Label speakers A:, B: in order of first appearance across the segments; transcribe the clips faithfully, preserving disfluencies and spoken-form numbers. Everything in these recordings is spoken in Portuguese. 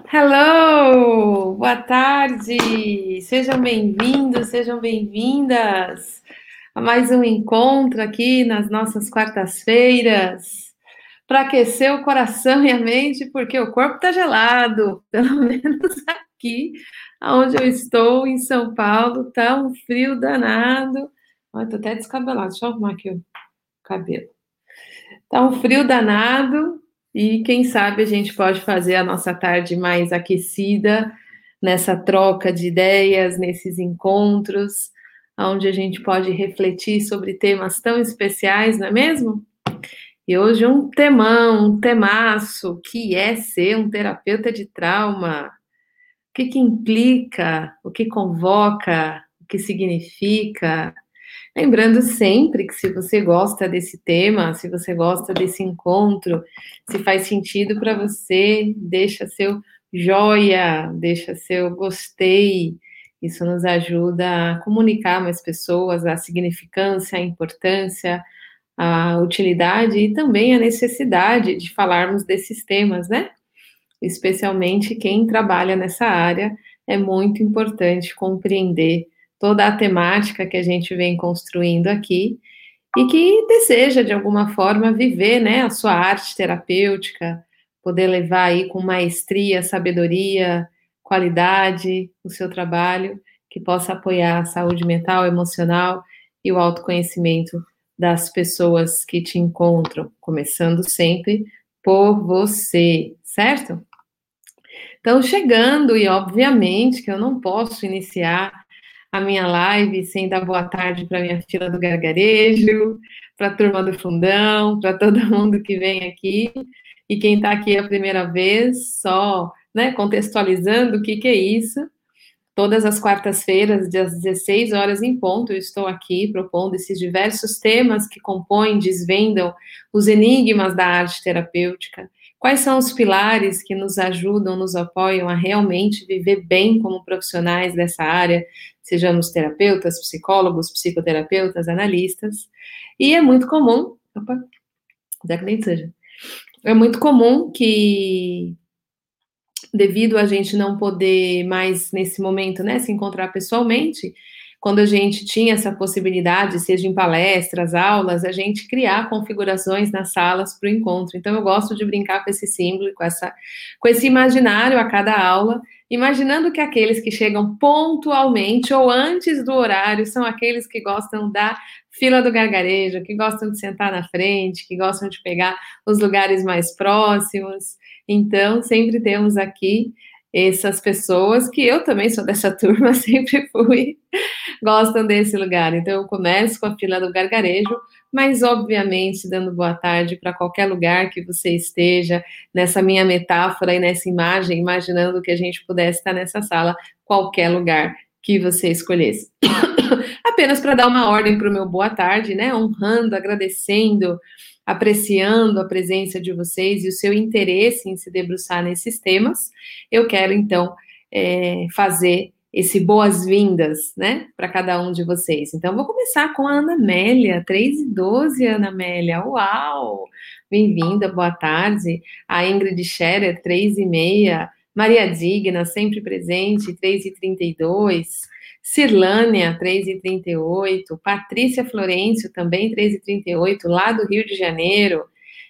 A: Hello! Boa tarde! Sejam bem-vindos, sejam bem-vindas a mais um encontro aqui nas nossas quartas-feiras para aquecer o coração e a mente, porque o corpo está gelado, pelo menos aqui onde eu estou, em São Paulo, tá um frio danado. Olha, tô até descabelado, deixa eu arrumar aqui o cabelo. Tá um frio danado e quem sabe a gente pode fazer a nossa tarde mais aquecida nessa troca de ideias, nesses encontros, onde a gente pode refletir sobre temas tão especiais, não é mesmo? E hoje um temão, um temaço, que é ser um terapeuta de trauma. O que que implica, o que convoca, o que significa? Lembrando sempre que se você gosta desse tema, se você gosta desse encontro, se faz sentido para você, deixa seu joia, deixa seu gostei. Isso nos ajuda a comunicar mais pessoas a significância, a importância, a utilidade e também a necessidade de falarmos desses temas, né? Especialmente quem trabalha nessa área, é muito importante compreender toda a temática que a gente vem construindo aqui e que deseja, de alguma forma, viver, né, a sua arte terapêutica, poder levar aí com maestria, sabedoria, qualidade o seu trabalho, que possa apoiar a saúde mental, emocional e o autoconhecimento das pessoas que te encontram, começando sempre por você, certo? Então, chegando, e obviamente que eu não posso iniciar a minha live sem dar boa tarde para minha fila do gargarejo, para a turma do fundão, para todo mundo que vem aqui, e quem está aqui a primeira vez, só, né, contextualizando o que, que é isso. Todas as quartas-feiras, às dezesseis horas em ponto, eu estou aqui propondo esses diversos temas que compõem, desvendam os enigmas da arte terapêutica. Quais são os pilares que nos ajudam, nos apoiam a realmente viver bem como profissionais dessa área, sejamos terapeutas, psicólogos, psicoterapeutas, analistas. E é muito comum, opa, até que nem seja, é muito comum que devido a gente não poder mais, nesse momento, né, se encontrar pessoalmente, quando a gente tinha essa possibilidade, seja em palestras, aulas, a gente criar configurações nas salas para o encontro. Então, eu gosto de brincar com esse símbolo, com, essa, com esse imaginário a cada aula, imaginando que aqueles que chegam pontualmente ou antes do horário são aqueles que gostam da fila do gargarejo, que gostam de sentar na frente, que gostam de pegar os lugares mais próximos. Então, sempre temos aqui essas pessoas que eu também sou dessa turma, sempre fui, gostam desse lugar. Então, eu começo com a fila do gargarejo, mas obviamente dando boa tarde para qualquer lugar que você esteja, nessa minha metáfora e nessa imagem, imaginando que a gente pudesse estar nessa sala, qualquer lugar que você escolhesse. Apenas para dar uma ordem para o meu boa tarde, né? Honrando, agradecendo, apreciando a presença de vocês e o seu interesse em se debruçar nesses temas, eu quero então é, fazer esse boas-vindas, né, para cada um de vocês. Então, vou começar com a Ana Amélia, três e doze, Ana Amélia, uau! Bem-vinda, boa tarde. A Ingrid Scherer, três e meia. Maria Digna, sempre presente, três e trinta e dois. Cirlânia, três e trinta e oito. Patrícia Florencio, também três e trinta e oito, lá do Rio de Janeiro.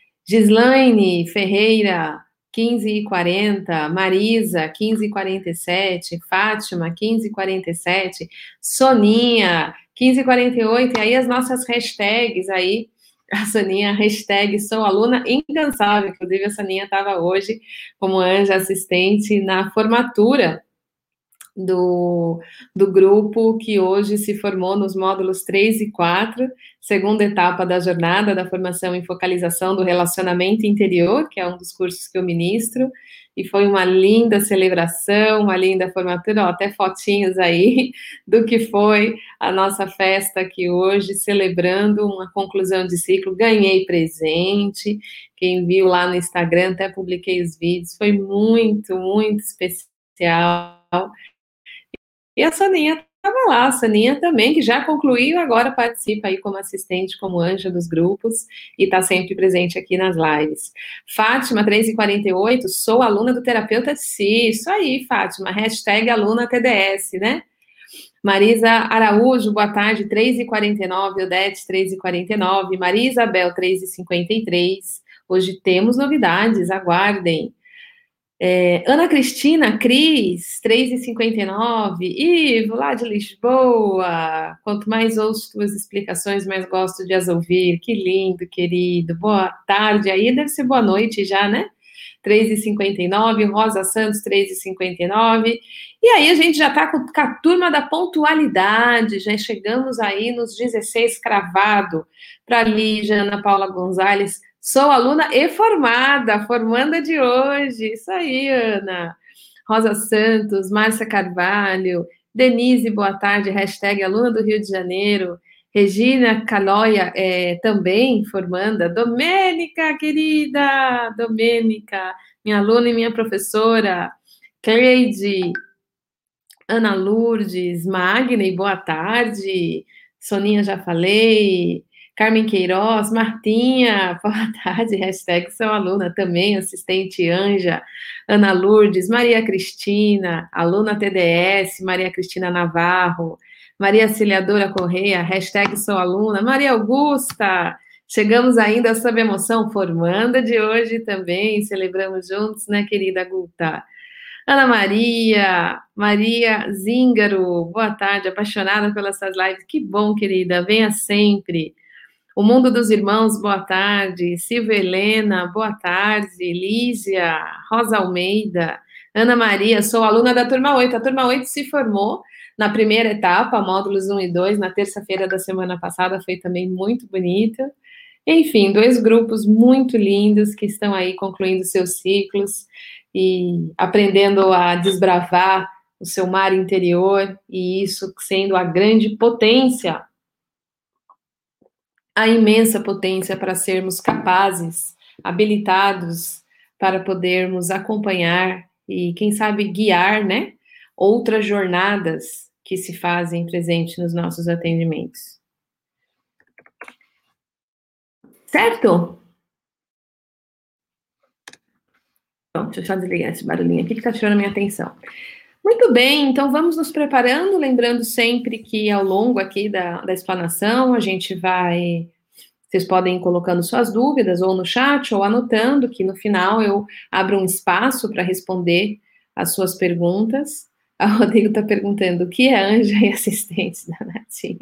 A: Gislaine Ferreira, quinze e quarenta, Marisa, quinze e quarenta e sete, Fátima, quinze e quarenta e sete, Soninha, quinze e quarenta e oito, e aí as nossas hashtags aí, a Soninha, hashtag sou aluna incansável, inclusive a Soninha estava hoje como anja assistente na formatura do, do grupo que hoje se formou nos módulos três e quatro, segunda etapa da jornada da formação em focalização do relacionamento interior, que é um dos cursos que eu ministro, e foi uma linda celebração, uma linda formatura, ó, até fotinhos aí do que foi a nossa festa aqui hoje, celebrando uma conclusão de ciclo, ganhei presente, quem viu lá no Instagram, até publiquei os vídeos, foi muito, muito especial. E a Soninha estava lá, a Soninha também, que já concluiu, agora participa aí como assistente, como anja dos grupos, e está sempre presente aqui nas lives. Fátima, três e quarenta e oito, sou aluna do terapeuta Si, isso aí, Fátima, hashtag aluna T D S, né? Marisa Araújo, boa tarde, três e quarenta e nove, Odete, três e quarenta e nove, Maria Isabel, três e cinquenta e três, hoje temos novidades, aguardem. É, Ana Cristina, Cris, três e cinquenta e nove, Ivo, lá de Lisboa, quanto mais ouço tuas explicações, mais gosto de as ouvir, que lindo, querido, boa tarde, aí deve ser boa noite já, né? três e cinquenta e nove, Rosa Santos, três e cinquenta e nove, e aí a gente já tá com, com a turma da pontualidade, já chegamos aí nos dezesseis cravado, para Lígia, Ana Paula Gonzalez. Sou aluna e formada, formanda de hoje. Isso aí, Ana. Rosa Santos, Márcia Carvalho, Denise, boa tarde, hashtag aluna do Rio de Janeiro. Regina Caloia, é, também formanda. Domênica, querida, Domênica, minha aluna e minha professora. Cleide, Ana Lourdes, Magni, boa tarde. Soninha, já falei. Carmen Queiroz, Martinha, boa tarde, hashtag sou aluna também, assistente Anja, Ana Lourdes, Maria Cristina, aluna T D S, Maria Cristina Navarro, Maria Auxiliadora Correia, hashtag sou aluna, Maria Augusta, chegamos ainda sob emoção, formanda de hoje também, celebramos juntos, né, querida Guta? Ana Maria, Maria Zíngaro, boa tarde, apaixonada pelas suas lives, que bom, querida, venha sempre. O Mundo dos Irmãos, boa tarde. Silvia Helena, boa tarde. Lígia, Rosa Almeida, Ana Maria, sou aluna da turma oito. A turma oito se formou na primeira etapa, módulos um e dois, na terça-feira da semana passada, foi também muito bonita. Enfim, dois grupos muito lindos que estão aí concluindo seus ciclos e aprendendo a desbravar o seu mar interior, e isso sendo a grande potência, a imensa potência para sermos capazes, habilitados para podermos acompanhar e, quem sabe, guiar, né, outras jornadas que se fazem presente nos nossos atendimentos. Certo? Bom, deixa eu só desligar esse barulhinho aqui que está tirando a minha atenção. Muito bem, então vamos nos preparando, lembrando sempre que ao longo aqui da, da explanação a gente vai, vocês podem ir colocando suas dúvidas ou no chat ou anotando, que no final eu abro um espaço para responder as suas perguntas. A Rodrigo está perguntando o que é anja e assistente da Natinha.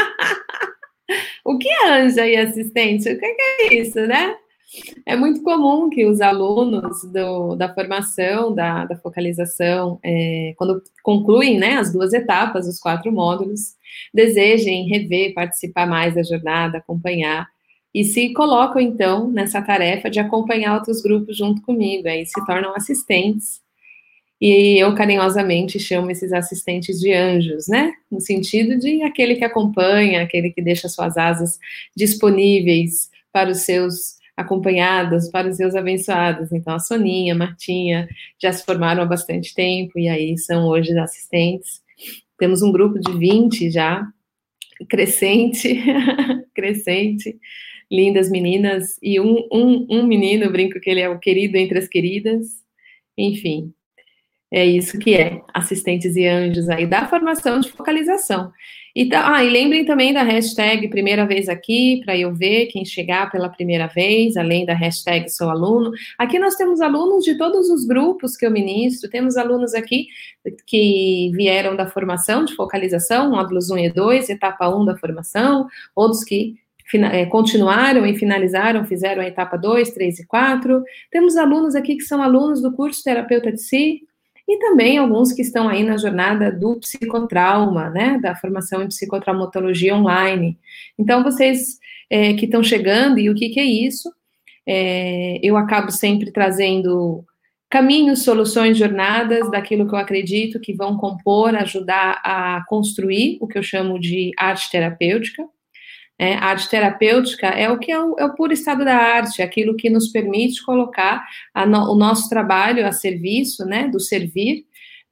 A: O que é anja e assistente? O que é isso, né? É muito comum que os alunos do, da formação, da, da focalização, é, quando concluem, né, as duas etapas, os quatro módulos, desejem rever, participar mais da jornada, acompanhar, e se colocam, então, nessa tarefa de acompanhar outros grupos junto comigo, aí se tornam assistentes, e eu carinhosamente chamo esses assistentes de anjos, né, no sentido de aquele que acompanha, aquele que deixa suas asas disponíveis para os seus acompanhadas, para os seus abençoados. Então, a Soninha, a Martinha, já se formaram há bastante tempo, e aí são hoje assistentes. Temos um grupo de vinte já, crescente, crescente, lindas meninas, e um, um, um menino, eu brinco que ele é o querido entre as queridas, enfim, é isso que é, assistentes e anjos aí, da formação de focalização. E, tá, ah, e lembrem também da hashtag primeira vez aqui, para eu ver quem chegar pela primeira vez, além da hashtag sou aluno. Aqui nós temos alunos de todos os grupos que eu ministro, temos alunos aqui que vieram da formação de focalização, módulos um e dois, etapa um da formação, outros que continuaram e finalizaram, fizeram a etapa dois, três e quatro. Temos alunos aqui que são alunos do curso Terapeuta de Si, e também alguns que estão aí na jornada do psicotrauma, né, da formação em psicotraumatologia online. Então, vocês é, que estão chegando, e o que, que é isso? É, eu acabo sempre trazendo caminhos, soluções, jornadas, daquilo que eu acredito que vão compor, ajudar a construir o que eu chamo de arte terapêutica. É, a arte terapêutica é o que é o, é o puro estado da arte, aquilo que nos permite colocar a no, o nosso trabalho a serviço, né, do servir,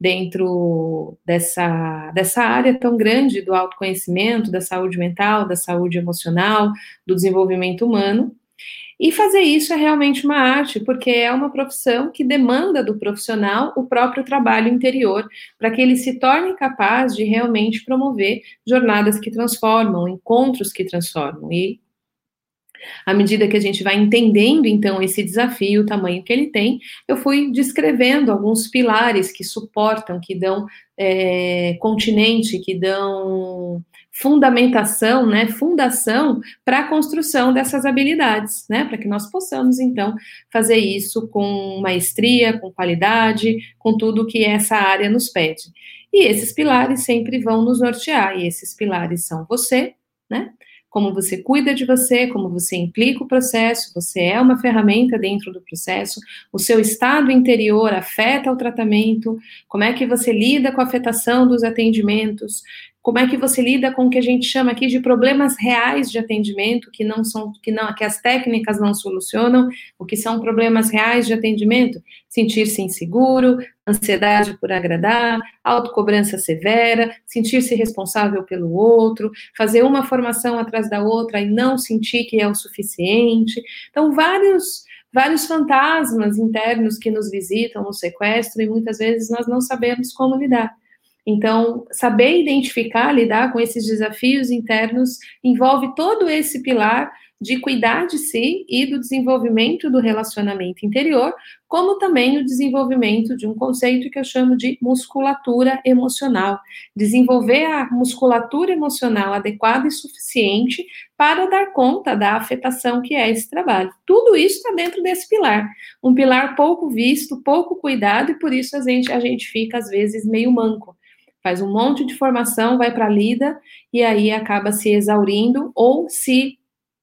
A: dentro dessa, dessa área tão grande do autoconhecimento, da saúde mental, da saúde emocional, do desenvolvimento humano. E fazer isso é realmente uma arte, porque é uma profissão que demanda do profissional o próprio trabalho interior, para que ele se torne capaz de realmente promover jornadas que transformam, encontros que transformam. E à medida que a gente vai entendendo, então, esse desafio, o tamanho que ele tem, eu fui descrevendo alguns pilares que suportam, que dão é, continente, que dão fundamentação, né, fundação para a construção dessas habilidades, né, para que nós possamos, então, fazer isso com maestria, com qualidade, com tudo que essa área nos pede. E esses pilares sempre vão nos nortear, e esses pilares são você, né, como você cuida de você, como você implica o processo, você é uma ferramenta dentro do processo, o seu estado interior afeta o tratamento, como é que você lida com a afetação dos atendimentos, como é que você lida com o que a gente chama aqui de problemas reais de atendimento, que não são, que não, que as técnicas não solucionam, o que são problemas reais de atendimento, sentir-se inseguro, ansiedade por agradar, autocobrança severa, sentir-se responsável pelo outro, fazer uma formação atrás da outra e não sentir que é o suficiente. Então, vários, vários fantasmas internos que nos visitam no sequestro e muitas vezes nós não sabemos como lidar. Então, saber identificar, lidar com esses desafios internos envolve todo esse pilar de cuidar de si e do desenvolvimento do relacionamento interior, como também o desenvolvimento de um conceito que eu chamo de musculatura emocional. Desenvolver a musculatura emocional adequada e suficiente para dar conta da afetação que é esse trabalho. Tudo isso está dentro desse pilar. Um pilar pouco visto, pouco cuidado, e por isso a gente, a gente fica, às vezes, meio manco. Faz um monte de formação, vai para a lida, e aí acaba se exaurindo, ou se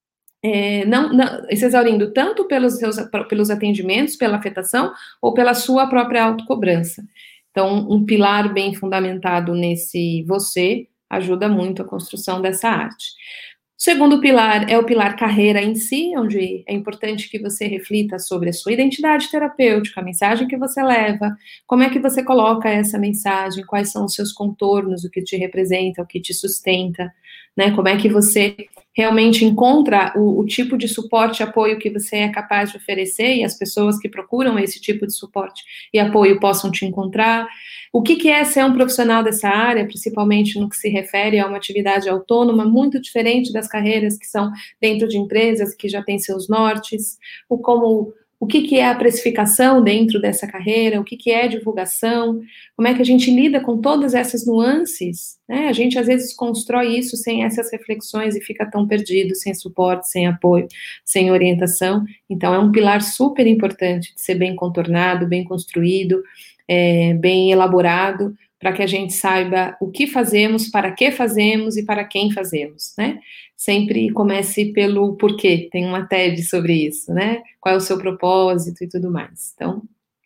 A: É, não, não, se exaurindo tanto pelos, seus, pelos atendimentos, pela afetação, ou pela sua própria autocobrança. Então, um pilar bem fundamentado nesse você ajuda muito a construção dessa arte. O segundo pilar é o pilar carreira em si, onde é importante que você reflita sobre a sua identidade terapêutica, a mensagem que você leva, como é que você coloca essa mensagem, quais são os seus contornos, o que te representa, o que te sustenta, né? Como é que você realmente encontra o, o tipo de suporte e apoio que você é capaz de oferecer e as pessoas que procuram esse tipo de suporte e apoio possam te encontrar. O que, que é ser um profissional dessa área, principalmente no que se refere a uma atividade autônoma, muito diferente das carreiras que são dentro de empresas que já têm seus nortes, o como... O que, que é a precificação dentro dessa carreira, o que, que é divulgação, como é que a gente lida com todas essas nuances, né? A gente às vezes constrói isso sem essas reflexões e fica tão perdido, sem suporte, sem apoio, sem orientação. Então é um pilar super importante de ser bem contornado, bem construído, é, bem elaborado, para que a gente saiba o que fazemos, para que fazemos e para quem fazemos, né? Sempre comece pelo porquê, tem uma TED sobre isso, né? Qual é o seu propósito e tudo mais. Então,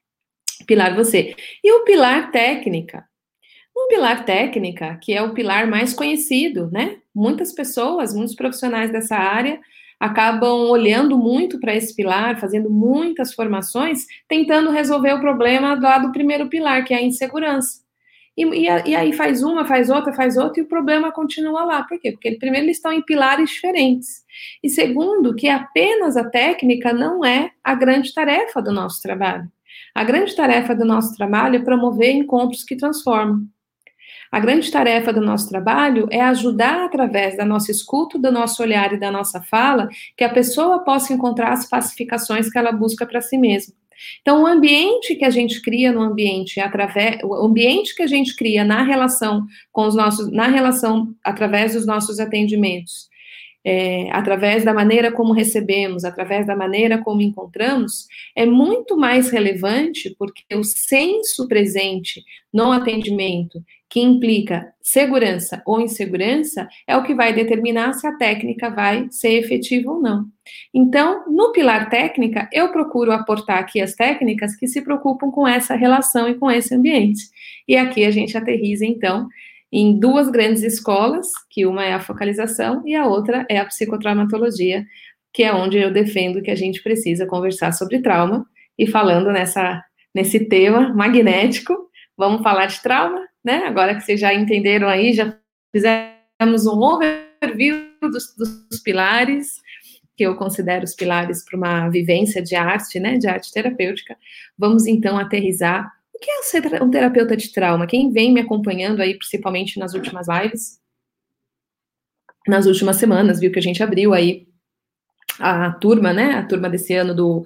A: pilar você. E o pilar técnica. Um pilar técnica, que é o pilar mais conhecido, né? Muitas pessoas, muitos profissionais dessa área acabam olhando muito para esse pilar, fazendo muitas formações, tentando resolver o problema lá do primeiro pilar, que é a insegurança. E, e, e aí faz uma, faz outra, faz outra, e o problema continua lá. Por quê? Porque, primeiro, eles estão em pilares diferentes. E, segundo, que apenas a técnica não é a grande tarefa do nosso trabalho. A grande tarefa do nosso trabalho é promover encontros que transformam. A grande tarefa do nosso trabalho é ajudar, através da nossa escuta, do nosso olhar e da nossa fala, que a pessoa possa encontrar as pacificações que ela busca para si mesma. Então, o ambiente que a gente cria no ambiente, através, o ambiente que a gente cria na relação com os nossos, na relação através dos nossos atendimentos, é, através da maneira como recebemos, através da maneira como encontramos, é muito mais relevante, porque o senso presente no atendimento, que implica segurança ou insegurança, é o que vai determinar se a técnica vai ser efetiva ou não. Então, no pilar técnica, eu procuro aportar aqui as técnicas que se preocupam com essa relação e com esse ambiente. E aqui a gente aterriza, então, em duas grandes escolas, que uma é a focalização e a outra é a psicotraumatologia, que é onde eu defendo que a gente precisa conversar sobre trauma, e falando nessa, nesse tema magnético, Vamos falar de trauma, né? Agora que vocês já entenderam aí, já fizemos um overview dos, dos pilares, que eu considero os pilares para uma vivência de arte, né? De arte terapêutica. Vamos então aterrizar. O que é ser um terapeuta de trauma? Quem vem me acompanhando aí, principalmente nas últimas lives, nas últimas semanas, viu que a gente abriu aí a turma, né? A turma desse ano do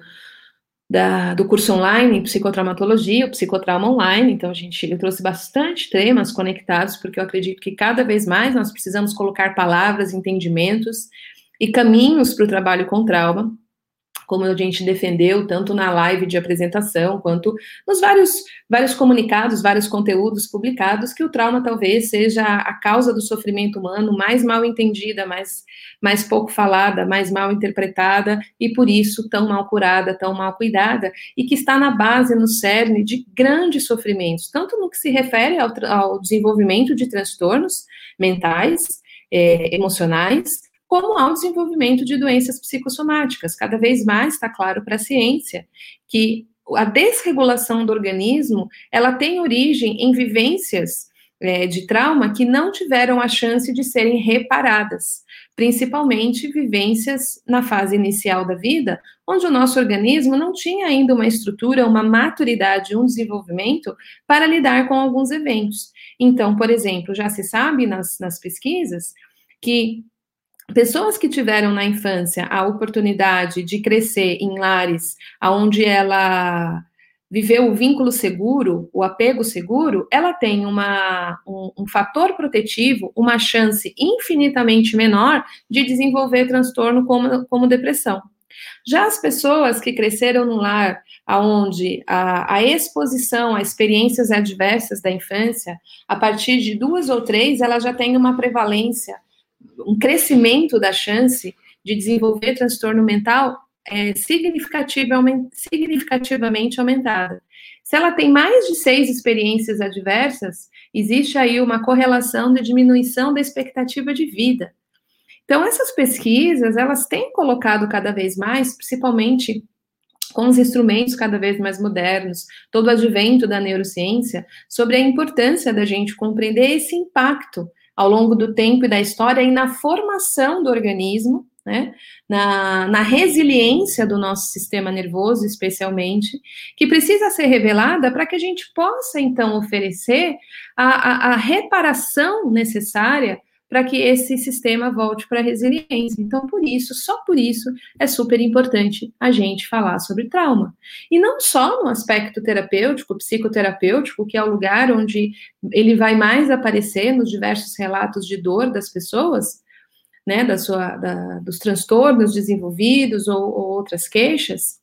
A: Da, do curso online, psicotraumatologia, o psicotrauma online. Então, a gente, eu trouxe bastante temas conectados, porque eu acredito que cada vez mais nós precisamos colocar palavras, entendimentos e caminhos para o trabalho com trauma, como a gente defendeu, tanto na live de apresentação, quanto nos vários, vários comunicados, vários conteúdos publicados, que o trauma talvez seja a causa do sofrimento humano mais mal entendida, mais, mais pouco falada, mais mal interpretada, e por isso tão mal curada, tão mal cuidada, e que está na base, no cerne de grandes sofrimentos, tanto no que se refere ao, ao desenvolvimento de transtornos mentais, é, emocionais, como ao desenvolvimento de doenças psicossomáticas. Cada vez mais está claro para a ciência que a desregulação do organismo, ela tem origem em vivências é, de trauma que não tiveram a chance de serem reparadas, principalmente vivências na fase inicial da vida, onde o nosso organismo não tinha ainda uma estrutura, uma maturidade, um desenvolvimento para lidar com alguns eventos. Então, por exemplo, já se sabe nas, nas pesquisas que pessoas que tiveram na infância a oportunidade de crescer em lares onde ela viveu o vínculo seguro, o apego seguro, ela tem uma, um, um fator protetivo, uma chance infinitamente menor de desenvolver transtorno como, como depressão. Já as pessoas que cresceram num lar onde a, a exposição a experiências adversas da infância, a partir de duas ou três, ela já tem uma prevalência, um crescimento da chance de desenvolver transtorno mental é, significativamente, significativamente aumentada. Se ela tem mais de seis experiências adversas, existe aí uma correlação de diminuição da expectativa de vida. Então, essas pesquisas, elas têm colocado cada vez mais, principalmente com os instrumentos cada vez mais modernos, todo o advento da neurociência, sobre a importância da gente compreender esse impacto ao longo do tempo e da história e na formação do organismo, né, na, na resiliência do nosso sistema nervoso, especialmente, que precisa ser revelada para que a gente possa, então, oferecer a, a, a reparação necessária para que esse sistema volte para a resiliência. Então, por isso, só por isso, é super importante a gente falar sobre trauma. E não só no aspecto terapêutico, psicoterapêutico, que é o lugar onde ele vai mais aparecer nos diversos relatos de dor das pessoas, né, da sua, da, dos transtornos desenvolvidos ou, ou outras queixas,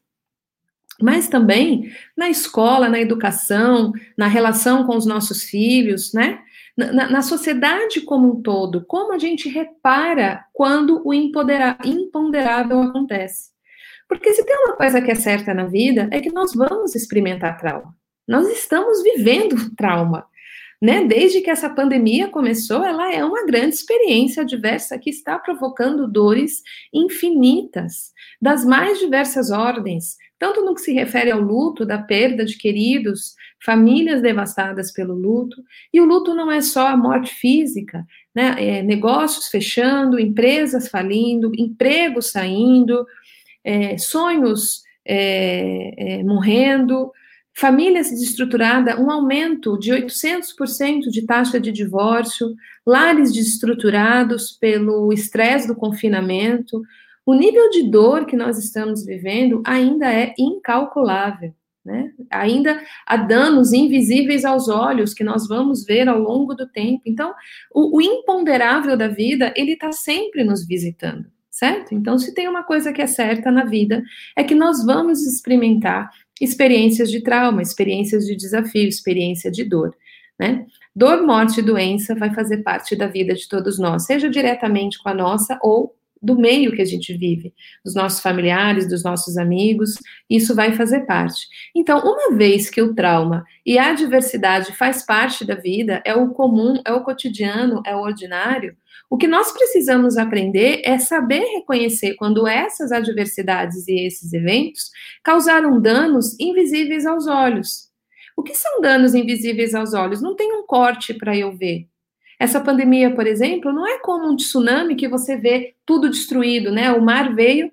A: mas também na escola, na educação, na relação com os nossos filhos, né? Na, na sociedade como um todo, como a gente repara quando o imponderável acontece. Porque se tem uma coisa que é certa na vida, é que nós vamos experimentar trauma. Nós estamos vivendo trauma, né? Desde que essa pandemia começou, ela é uma grande experiência adversa que está provocando dores infinitas, das mais diversas ordens, tanto no que se refere ao luto, da perda de queridos, famílias devastadas pelo luto, e o luto não é só a morte física, né? É, negócios fechando, empresas falindo, empregos saindo, é, sonhos é, é, morrendo, famílias desestruturadas, um aumento de oitocentos por cento de taxa de divórcio, lares desestruturados pelo estresse do confinamento. O nível de dor que nós estamos vivendo ainda é incalculável, né? Ainda há danos invisíveis aos olhos que nós vamos ver ao longo do tempo. Então, o, o imponderável da vida, ele está sempre nos visitando, certo? Então, se tem uma coisa que é certa na vida, é que nós vamos experimentar experiências de trauma, experiências de desafio, experiência de dor, né? Dor, morte e doença vai fazer parte da vida de todos nós, seja diretamente com a nossa ou do meio que a gente vive, dos nossos familiares, dos nossos amigos, isso vai fazer parte. Então, uma vez que o trauma e a adversidade faz parte da vida, é o comum, é o cotidiano, é o ordinário, o que nós precisamos aprender é saber reconhecer quando essas adversidades e esses eventos causaram danos invisíveis aos olhos. O que são danos invisíveis aos olhos? Não tem um corte para eu ver. Essa pandemia, por exemplo, não é como um tsunami que você vê tudo destruído, né? O mar veio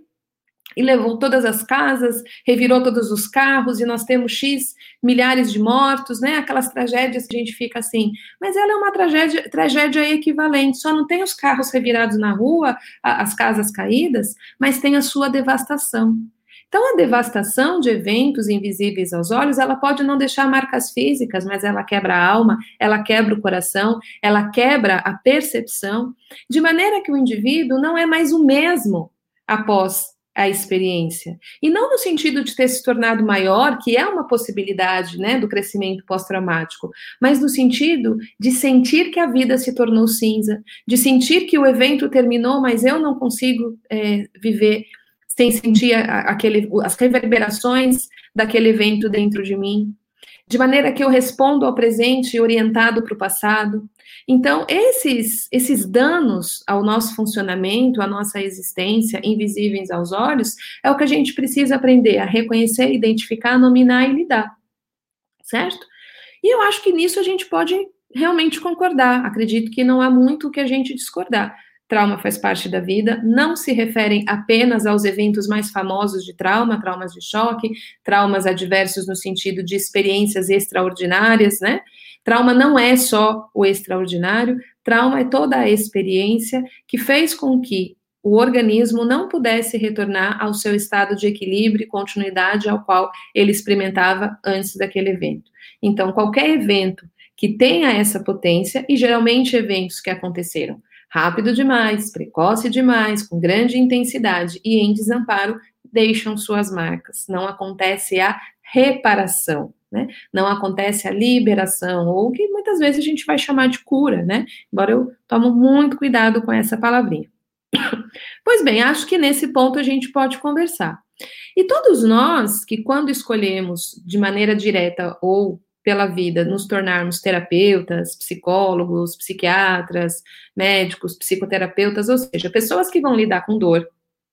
A: e levou todas as casas, revirou todos os carros, e nós temos X milhares de mortos, né? Aquelas tragédias que a gente fica assim, mas ela é uma tragédia, tragédia equivalente, só não tem os carros revirados na rua, as casas caídas, mas tem a sua devastação. Então, a devastação de eventos invisíveis aos olhos, ela pode não deixar marcas físicas, mas ela quebra a alma, ela quebra o coração, ela quebra a percepção, de maneira que o indivíduo não é mais o mesmo após a experiência. E não no sentido de ter se tornado maior, que é uma possibilidade, né, do crescimento pós-traumático, mas no sentido de sentir que a vida se tornou cinza, de sentir que o evento terminou, mas eu não consigo é, viver sem sentir a, aquele, as reverberações daquele evento dentro de mim, de maneira que eu respondo ao presente orientado para o passado. Então, esses, esses danos ao nosso funcionamento, à nossa existência, invisíveis aos olhos, é o que a gente precisa aprender a reconhecer, identificar, nominar e lidar, certo? E eu acho que nisso a gente pode realmente concordar. Acredito que não há muito o que a gente discordar. Trauma faz parte da vida, não se referem apenas aos eventos mais famosos de trauma, traumas de choque, traumas adversos no sentido de experiências extraordinárias, né? Trauma não é só o extraordinário, trauma é toda a experiência que fez com que o organismo não pudesse retornar ao seu estado de equilíbrio e continuidade ao qual ele experimentava antes daquele evento. Então, qualquer evento que tenha essa potência, e geralmente eventos que aconteceram rápido demais, precoce demais, com grande intensidade e em desamparo, deixam suas marcas. Não acontece a reparação, né? Não acontece a liberação, ou o que muitas vezes a gente vai chamar de cura, né? Embora eu tomo muito cuidado com essa palavrinha. Pois bem, acho que nesse ponto a gente pode conversar. E todos nós que, quando escolhemos de maneira direta ou pela vida, nos tornarmos terapeutas, psicólogos, psiquiatras, médicos, psicoterapeutas, ou seja, pessoas que vão lidar com dor,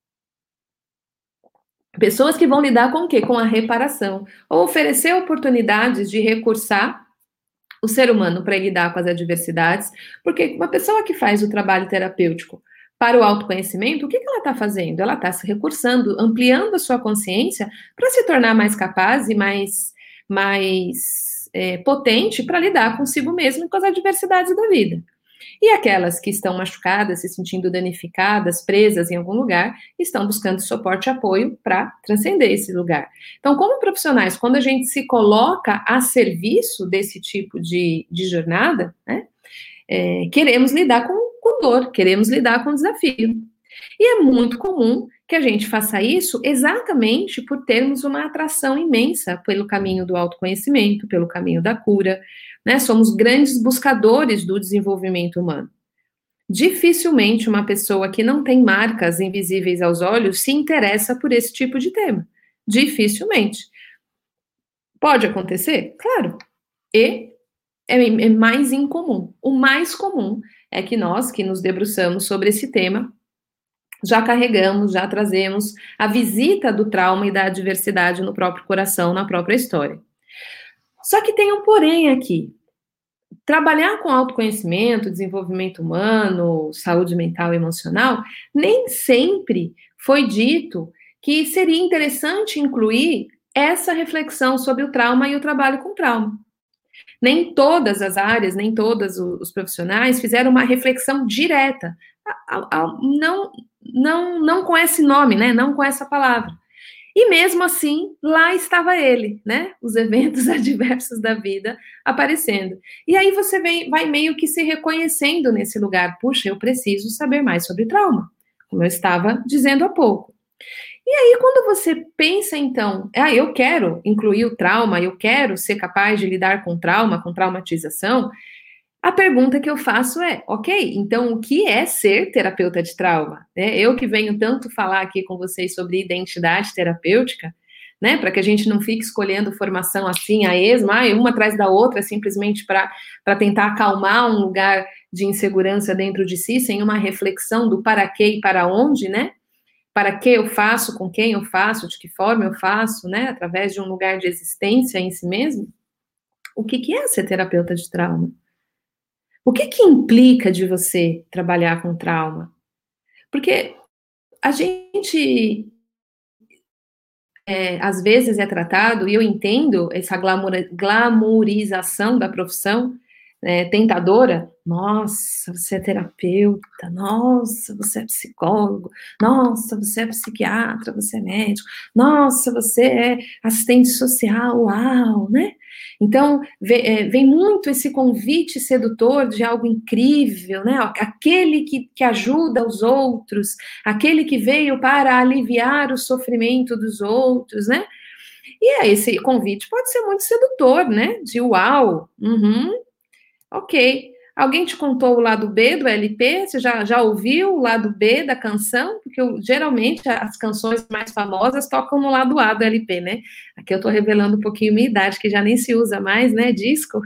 A: pessoas que vão lidar com o quê? Com a reparação, ou oferecer oportunidades de recursar o ser humano para lidar com as adversidades, porque uma pessoa que faz o trabalho terapêutico para o autoconhecimento, o que, que ela está fazendo? Ela está se recursando, ampliando a sua consciência para se tornar mais capaz e mais, mais É, potente para lidar consigo mesmo e com as adversidades da vida. E aquelas que estão machucadas, se sentindo danificadas, presas em algum lugar, estão buscando suporte e apoio para transcender esse lugar. Então, como profissionais, quando a gente se coloca a serviço desse tipo de, de jornada, né, é, queremos lidar com, com dor, queremos lidar com desafio. E é muito comum que a gente faça isso exatamente por termos uma atração imensa pelo caminho do autoconhecimento, pelo caminho da cura, né? Somos grandes buscadores do desenvolvimento humano. Dificilmente uma pessoa que não tem marcas invisíveis aos olhos se interessa por esse tipo de tema. Dificilmente. Pode acontecer? Claro. E é, é mais incomum. O mais comum é que nós, que nos debruçamos sobre esse tema, já carregamos, já trazemos a visita do trauma e da adversidade no próprio coração, na própria história. Só que tem um porém aqui. Trabalhar com autoconhecimento, desenvolvimento humano, saúde mental e emocional, nem sempre foi dito que seria interessante incluir essa reflexão sobre o trauma e o trabalho com trauma. Nem todas as áreas, nem todos os profissionais fizeram uma reflexão direta, não, não, não com esse nome, né? Não com essa palavra. E mesmo assim, lá estava ele, né? Os eventos adversos da vida aparecendo. E aí você vem, vai meio que se reconhecendo nesse lugar. Puxa, eu preciso saber mais sobre trauma, como eu estava dizendo há pouco. E aí, quando você pensa, então, ah, eu quero incluir o trauma, eu quero ser capaz de lidar com trauma, com traumatização, a pergunta que eu faço é, ok, então o que é ser terapeuta de trauma? É, eu que venho tanto falar aqui com vocês sobre identidade terapêutica, né, para que a gente não fique escolhendo formação assim a esmo, ah, uma atrás da outra, simplesmente para tentar acalmar um lugar de insegurança dentro de si, sem uma reflexão do para quê e para onde, né? Para que eu faço, com quem eu faço, de que forma eu faço, né? Através de um lugar de existência em si mesmo. o que, que é ser terapeuta de trauma. O que, que implica de você trabalhar com trauma? Porque a gente, é, às vezes, é tratado, e eu entendo essa glamour, glamourização da profissão, é, tentadora. Nossa, você é terapeuta, nossa, você é psicólogo, nossa, você é psiquiatra, você é médico, nossa, você é assistente social, uau, né? Então, vem, vem muito esse convite sedutor de algo incrível, né? Aquele que, que ajuda os outros, aquele que veio para aliviar o sofrimento dos outros, né? E aí, esse convite pode ser muito sedutor, né? De uau, uhum, ok. Alguém te contou o lado B do L P? Você já, já ouviu o lado B da canção? Porque eu, geralmente as canções mais famosas tocam no lado A do L P, né? Aqui eu tô revelando um pouquinho minha idade, que já nem se usa mais, né? Disco.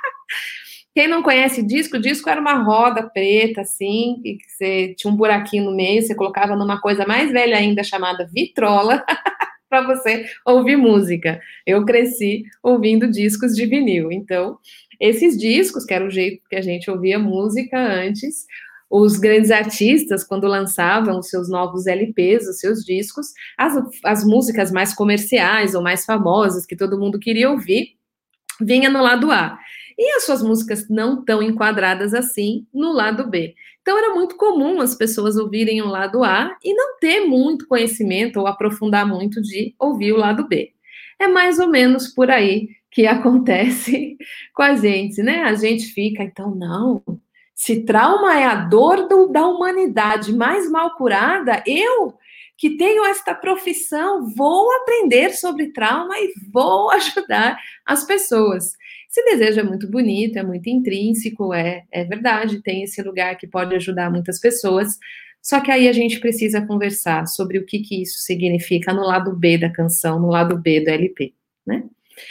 A: Quem não conhece disco, disco era uma roda preta, assim, que você tinha um buraquinho no meio, você colocava numa coisa mais velha ainda, chamada vitrola, para você ouvir música. Eu cresci ouvindo discos de vinil, então esses discos, que era o jeito que a gente ouvia música antes, os grandes artistas, quando lançavam os seus novos L Ps, os seus discos, as, as músicas mais comerciais ou mais famosas, que todo mundo queria ouvir, vinha no lado A. E as suas músicas não tão enquadradas assim no lado B. Então era muito comum as pessoas ouvirem o lado A e não ter muito conhecimento ou aprofundar muito de ouvir o lado B. É mais ou menos por aí que acontece com a gente, né? A gente fica, então, não, se trauma é a dor do, da humanidade mais mal curada, eu que tenho esta profissão, vou aprender sobre trauma e vou ajudar as pessoas. Esse desejo é muito bonito, é muito intrínseco, é, é verdade, tem esse lugar que pode ajudar muitas pessoas, só que aí a gente precisa conversar sobre o que, que isso significa no lado B da canção, no lado B do L P, né?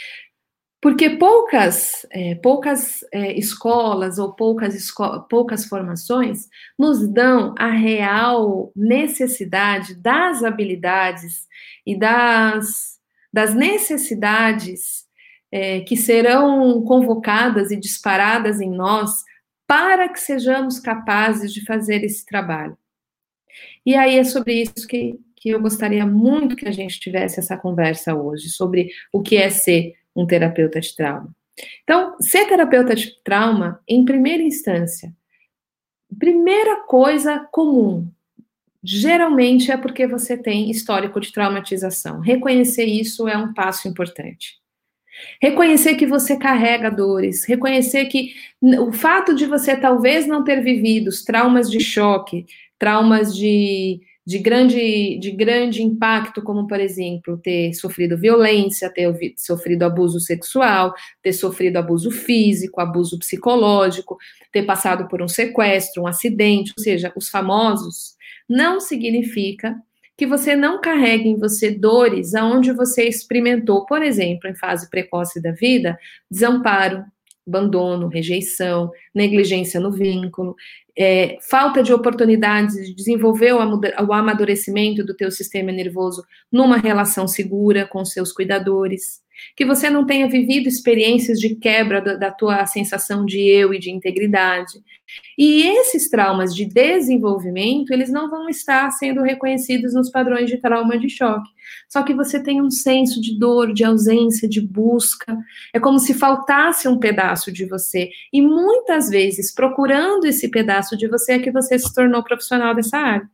A: Porque poucas, é, poucas é, escolas ou poucas, esco poucas formações nos dão a real necessidade das habilidades e das, das necessidades é, que serão convocadas e disparadas em nós para que sejamos capazes de fazer esse trabalho. E aí é sobre isso que, que eu gostaria muito que a gente tivesse essa conversa hoje, sobre o que é ser um terapeuta de trauma. Então, ser terapeuta de trauma, em primeira instância, primeira coisa comum, geralmente é porque você tem histórico de traumatização. Reconhecer isso é um passo importante. Reconhecer que você carrega dores, reconhecer que o fato de você talvez não ter vivido os traumas de choque, traumas de, de, grande, de grande impacto, como, por exemplo, ter sofrido violência, ter sofrido abuso sexual, ter sofrido abuso físico, abuso psicológico, ter passado por um sequestro, um acidente, ou seja, os famosos, não significa que você não carregue em você dores aonde você experimentou, por exemplo, em fase precoce da vida, desamparo, abandono, rejeição, negligência no vínculo, é, falta de oportunidades de desenvolver o amadurecimento do teu sistema nervoso numa relação segura com seus cuidadores, que você não tenha vivido experiências de quebra da, da tua sensação de eu e de integridade. E esses traumas de desenvolvimento, eles não vão estar sendo reconhecidos nos padrões de trauma de choque. Só que você tem um senso de dor, de ausência, de busca. É como se faltasse um pedaço de você. E muitas vezes, procurando esse pedaço de você, é que você se tornou profissional dessa área.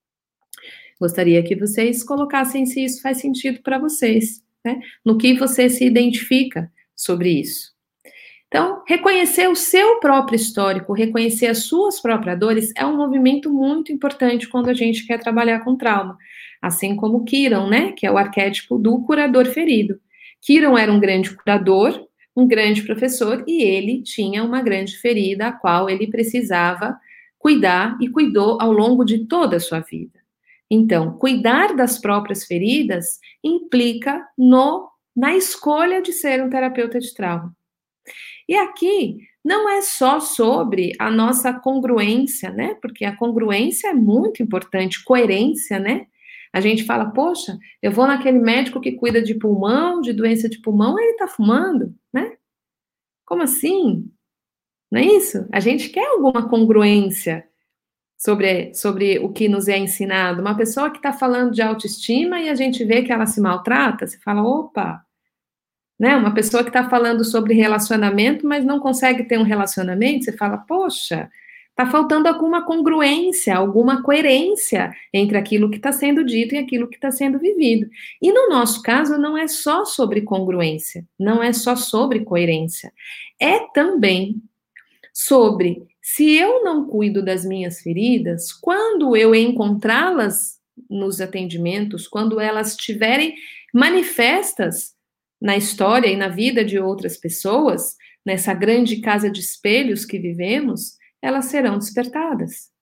A: Gostaria que vocês colocassem se isso faz sentido para vocês, né? No que você se identifica sobre isso. Então, reconhecer o seu próprio histórico, reconhecer as suas próprias dores é um movimento muito importante quando a gente quer trabalhar com trauma. Assim como Kiron, né, que é o arquétipo do curador ferido. Kiron era um grande curador, um grande professor, e ele tinha uma grande ferida, a qual ele precisava cuidar e cuidou ao longo de toda a sua vida. Então, cuidar das próprias feridas implica no, na escolha de ser um terapeuta de trauma. E aqui não é só sobre a nossa congruência, né? Porque a congruência é muito importante, coerência, né? A gente fala, poxa, eu vou naquele médico que cuida de pulmão, de doença de pulmão, ele tá fumando, né? Como assim? Não é isso? A gente quer alguma congruência sobre, sobre o que nos é ensinado. Uma pessoa que está falando de autoestima e a gente vê que ela se maltrata, você fala, opa, né? Uma pessoa que está falando sobre relacionamento, mas não consegue ter um relacionamento, você fala, poxa, está faltando alguma congruência, alguma coerência entre aquilo que está sendo dito e aquilo que está sendo vivido. E no nosso caso, não é só sobre congruência, não é só sobre coerência, é também sobre se eu não cuido das minhas feridas, quando eu encontrá-las nos atendimentos, quando elas estiverem manifestas na história e na vida de outras pessoas, nessa grande casa de espelhos que vivemos, elas serão despertadas.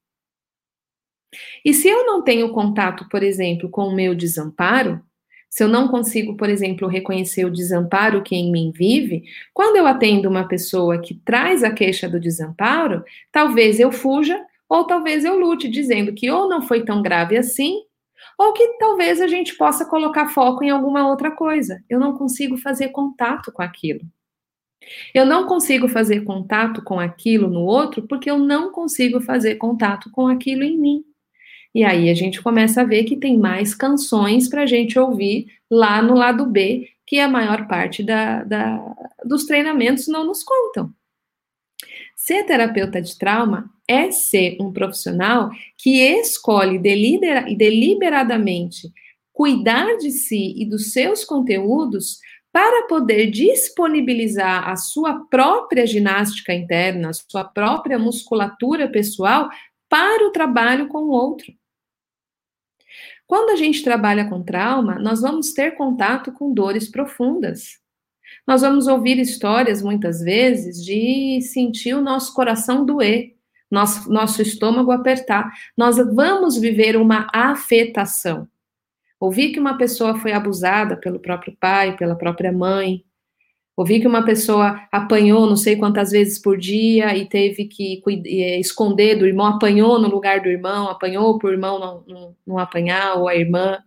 A: E se eu não tenho contato, por exemplo, com o meu desamparo, se eu não consigo, por exemplo, reconhecer o desamparo que em mim vive, quando eu atendo uma pessoa que traz a queixa do desamparo, talvez eu fuja ou talvez eu lute, dizendo que ou não foi tão grave assim, ou que talvez a gente possa colocar foco em alguma outra coisa. Eu não consigo fazer contato com aquilo. Eu não consigo fazer contato com aquilo no outro porque eu não consigo fazer contato com aquilo em mim. E aí a gente começa a ver que tem mais canções para a gente ouvir lá no lado B, que a maior parte da, da, dos treinamentos não nos contam. Ser terapeuta de trauma é ser um profissional que escolhe delibera, deliberadamente cuidar de si e dos seus conteúdos para poder disponibilizar a sua própria ginástica interna, a sua própria musculatura pessoal para o trabalho com o outro. Quando a gente trabalha com trauma, nós vamos ter contato com dores profundas. Nós vamos ouvir histórias, muitas vezes, de sentir o nosso coração doer, nosso, nosso estômago apertar. Nós vamos viver uma afetação. Ouvir que uma pessoa foi abusada pelo próprio pai, pela própria mãe. Ouvir que uma pessoa apanhou não sei quantas vezes por dia e teve que esconder do irmão, apanhou no lugar do irmão, apanhou para o irmão não, não, não apanhar, ou a irmã,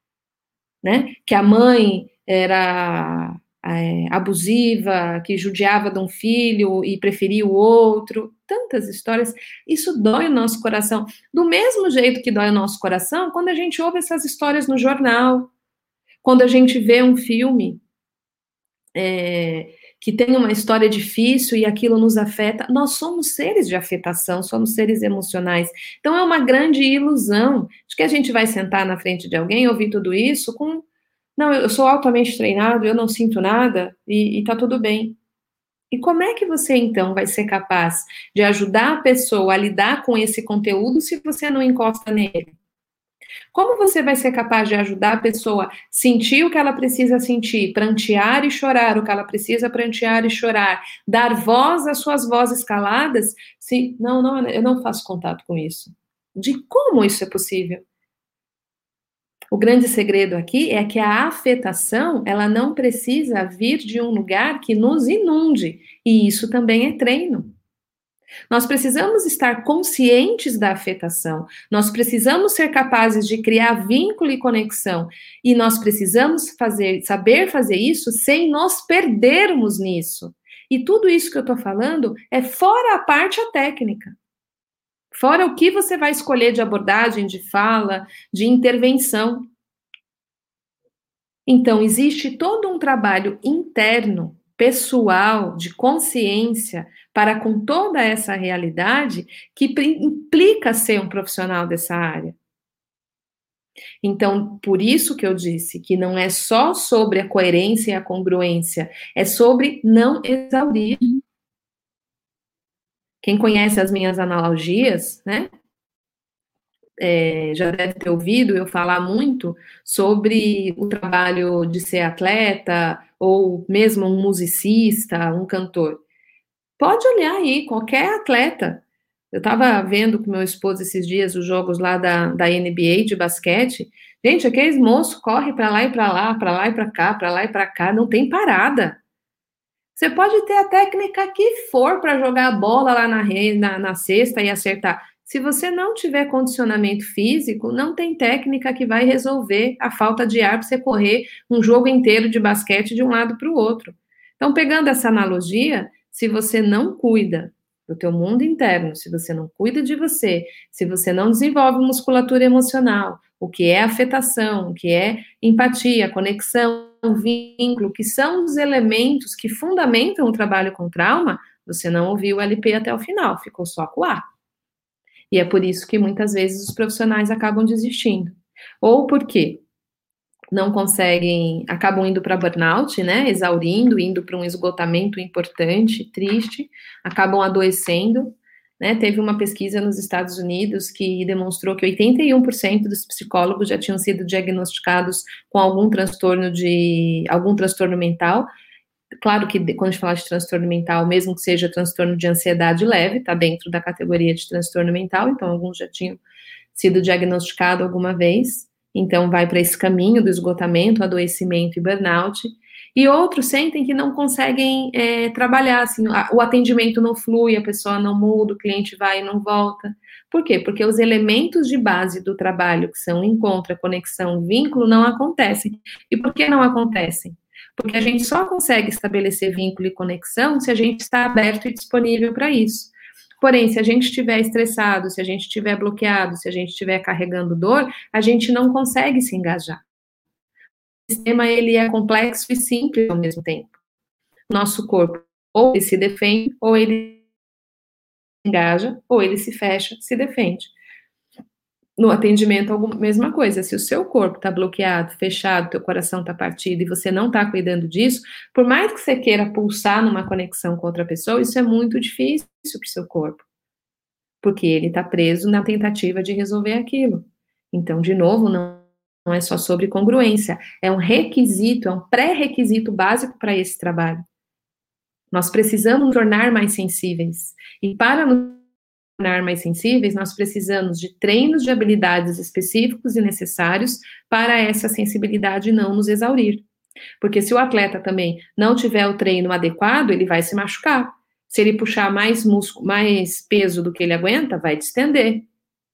A: né? Que a mãe era é, abusiva, que judiava de um filho e preferia o outro, tantas histórias. Isso dói o nosso coração. Do mesmo jeito que dói o nosso coração, quando a gente ouve essas histórias no jornal, quando a gente vê um filme É, que tem uma história difícil e aquilo nos afeta, nós somos seres de afetação, somos seres emocionais. Então é uma grande ilusão de que a gente vai sentar na frente de alguém, ouvir tudo isso com, não, eu sou altamente treinado, eu não sinto nada e, e tá tudo bem. E como é que você, então, vai ser capaz de ajudar a pessoa a lidar com esse conteúdo se você não encosta nele? Como você vai ser capaz de ajudar a pessoa a sentir o que ela precisa sentir, prantear e chorar o que ela precisa prantear e chorar, dar voz às suas vozes caladas, se não, não, eu não faço contato com isso. De como isso é possível? O grande segredo aqui é que a afetação, ela não precisa vir de um lugar que nos inunde, e isso também é treino. Nós precisamos estar conscientes da afetação, nós precisamos ser capazes de criar vínculo e conexão, e nós precisamos fazer, saber fazer isso sem nos perdermos nisso. E tudo isso que eu estou falando é fora a parte técnica, fora o que você vai escolher de abordagem, de fala, de intervenção. Então, existe todo um trabalho interno, pessoal, de consciência, para com toda essa realidade, que implica ser um profissional dessa área. Então, por isso que eu disse que não é só sobre a coerência e a congruência, é sobre não exaurir. Quem conhece as minhas analogias, né? É, já deve ter ouvido eu falar muito sobre o trabalho de ser atleta, ou mesmo um musicista, um cantor. Pode olhar aí, qualquer atleta. Eu estava vendo com meu esposo esses dias os jogos lá da, da N B A de basquete. Gente, aqueles moços correm para lá e para lá, para lá e para cá, para lá e para cá, não tem parada. Você pode ter a técnica que for para jogar a bola lá na, na, na cesta e acertar. Se você não tiver condicionamento físico, não tem técnica que vai resolver a falta de ar para você correr um jogo inteiro de basquete de um lado para o outro. Então, pegando essa analogia, se você não cuida do teu mundo interno, se você não cuida de você, se você não desenvolve musculatura emocional, o que é afetação, o que é empatia, conexão, vínculo, que são os elementos que fundamentam o trabalho com trauma, você não ouviu o L P até o final, ficou só com o A. E é por isso que muitas vezes os profissionais acabam desistindo. Ou porque não conseguem, acabam indo para burnout, né, exaurindo, indo para um esgotamento importante, triste, acabam adoecendo, né, teve uma pesquisa nos Estados Unidos que demonstrou que oitenta e um por cento dos psicólogos já tinham sido diagnosticados com algum transtorno de, algum transtorno mental. Claro que quando a gente fala de transtorno mental, mesmo que seja transtorno de ansiedade leve, está dentro da categoria de transtorno mental, então alguns já tinham sido diagnosticados alguma vez, então vai para esse caminho do esgotamento, adoecimento e burnout, e outros sentem que não conseguem é, trabalhar, assim, o atendimento não flui, a pessoa não muda, o cliente vai e não volta. Por quê? Porque os elementos de base do trabalho, que são encontro, conexão, vínculo, não acontecem. E por que não acontecem? Porque a gente só consegue estabelecer vínculo e conexão se a gente está aberto e disponível para isso. Porém, se a gente estiver estressado, se a gente estiver bloqueado, se a gente estiver carregando dor, a gente não consegue se engajar. O sistema, ele é complexo e simples ao mesmo tempo. Nosso corpo, ou ele se defende, ou ele se engaja, ou ele se fecha, se defende. No atendimento, a mesma coisa. Se o seu corpo está bloqueado, fechado, teu coração está partido e você não está cuidando disso, por mais que você queira pulsar numa conexão com outra pessoa, isso é muito difícil para o seu corpo, porque ele está preso na tentativa de resolver aquilo. Então, de novo, não, não é só sobre congruência, é um requisito, é um pré-requisito básico para esse trabalho. Nós precisamos nos tornar mais sensíveis. E para nos tornar mais sensíveis, nós precisamos de treinos de habilidades específicos e necessários para essa sensibilidade não nos exaurir. Porque se o atleta também não tiver o treino adequado, ele vai se machucar. Se ele puxar mais músculo, mais peso do que ele aguenta, vai distender.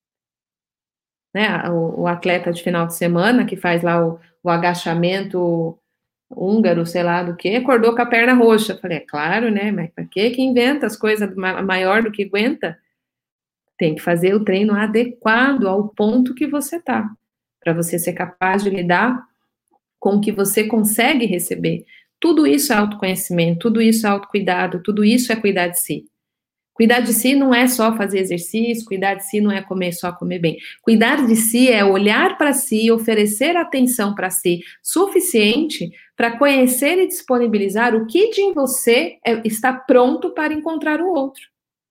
A: Né? O, o atleta de final de semana que faz lá o, o agachamento húngaro, sei lá do que, acordou com a perna roxa. Falei, é claro, né? Mas para que que inventa as coisas maior do que aguenta? Tem que fazer o treino adequado ao ponto que você tá, para você ser capaz de lidar com o que você consegue receber. Tudo isso é autoconhecimento, tudo isso é autocuidado, tudo isso é cuidar de si. Cuidar de si não é só fazer exercício, cuidar de si não é comer só comer bem. Cuidar de si é olhar para si, oferecer atenção para si suficiente para conhecer e disponibilizar o que de em você é, está pronto para encontrar o outro.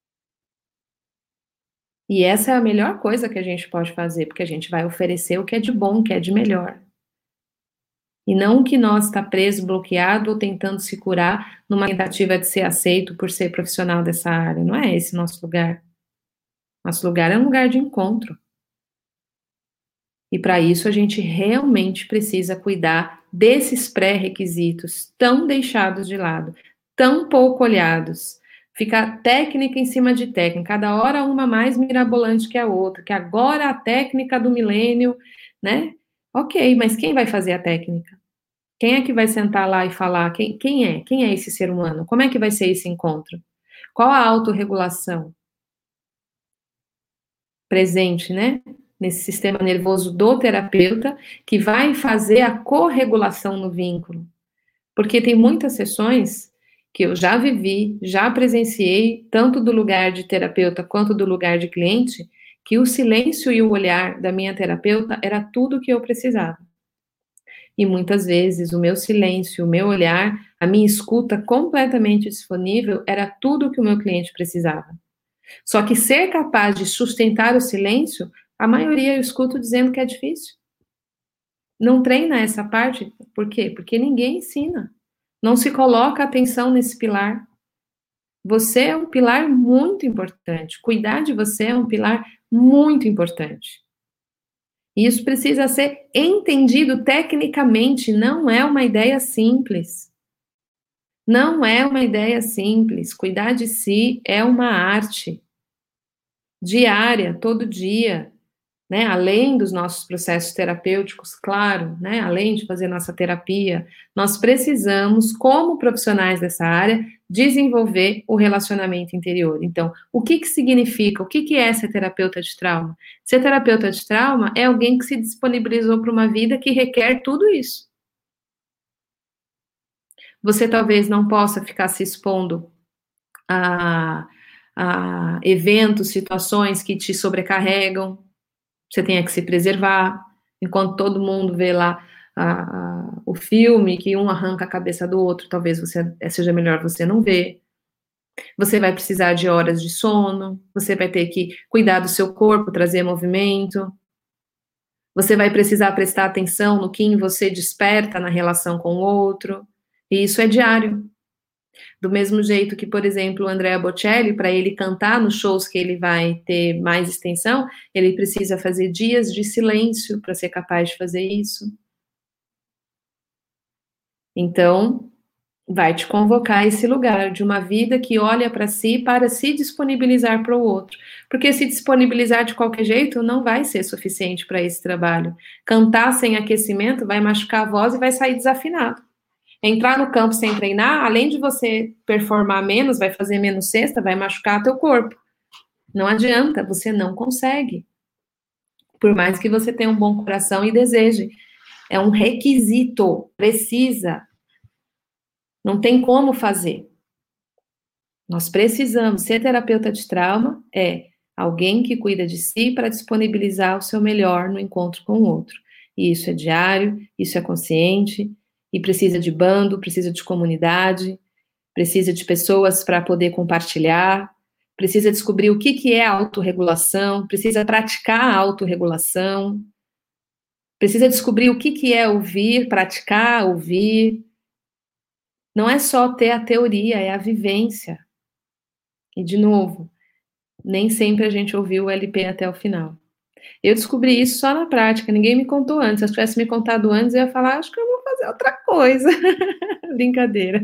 A: E essa é a melhor coisa que a gente pode fazer, porque a gente vai oferecer o que é de bom, o que é de melhor. E não o que nós está preso, bloqueado ou tentando se curar numa tentativa de ser aceito por ser profissional dessa área. Não é esse nosso lugar. Nosso lugar é um lugar de encontro. E para isso a gente realmente precisa cuidar desses pré-requisitos tão deixados de lado, tão pouco olhados. Fica técnica em cima de técnica, cada hora uma mais mirabolante que a outra, que agora a técnica do milênio, né? Ok, mas quem vai fazer a técnica? Quem é que vai sentar lá e falar? Quem, quem é? Quem é esse ser humano? Como é que vai ser esse encontro? Qual a autorregulação presente, né? Nesse sistema nervoso do terapeuta, que vai fazer a corregulação no vínculo. Porque tem muitas sessões que eu já vivi, já presenciei, tanto do lugar de terapeuta quanto do lugar de cliente, que o silêncio e o olhar da minha terapeuta era tudo o que eu precisava. E muitas vezes o meu silêncio, o meu olhar, a minha escuta completamente disponível era tudo o que o meu cliente precisava. Só que ser capaz de sustentar o silêncio, a maioria eu escuto dizendo que é difícil. Não treina essa parte, por quê? Porque ninguém ensina. Não se coloca atenção nesse pilar. Você é um pilar muito importante. Cuidar de você é um pilar muito importante. E isso precisa ser entendido tecnicamente, não é uma ideia simples. Não é uma ideia simples. Cuidar de si é uma arte diária, todo dia. né, além dos nossos processos terapêuticos, claro, né, além de fazer nossa terapia, nós precisamos, como profissionais dessa área, desenvolver o relacionamento interior. Então, o que que significa, o que que é ser terapeuta de trauma? Ser terapeuta de trauma é alguém que se disponibilizou para uma vida que requer tudo isso. Você talvez não possa ficar se expondo a, a eventos, situações que te sobrecarregam, você tenha que se preservar, enquanto todo mundo vê lá a, a, o filme, que um arranca a cabeça do outro, talvez você, seja melhor você não ver. Você vai precisar de horas de sono, você vai ter que cuidar do seu corpo, trazer movimento, você vai precisar prestar atenção no que você desperta na relação com o outro, e isso é diário. Do mesmo jeito que, por exemplo, o Andrea Bocelli, para ele cantar nos shows que ele vai ter mais extensão, ele precisa fazer dias de silêncio para ser capaz de fazer isso. Então, vai te convocar a esse lugar de uma vida que olha para si para se disponibilizar para o outro. Porque se disponibilizar de qualquer jeito não vai ser suficiente para esse trabalho. Cantar sem aquecimento vai machucar a voz e vai sair desafinado. Entrar no campo sem treinar, além de você performar menos, vai fazer menos cesta, vai machucar teu corpo. Não adianta, você não consegue. Por mais que você tenha um bom coração e deseje. É um requisito, precisa. Não tem como fazer. Nós precisamos ser terapeuta de trauma, é alguém que cuida de si para disponibilizar o seu melhor no encontro com o outro. E isso é diário, isso é consciente, e precisa de bando, precisa de comunidade, precisa de pessoas para poder compartilhar, precisa descobrir o que, que é autorregulação, precisa praticar a autorregulação, precisa descobrir o que, que é ouvir, praticar, ouvir. Não é só ter a teoria, é a vivência. E, de novo, nem sempre a gente ouviu o L P até o final. Eu descobri isso só na prática, ninguém me contou antes. Se eu tivesse me contado antes, eu ia falar, acho que eu vou fazer outra coisa. Brincadeira.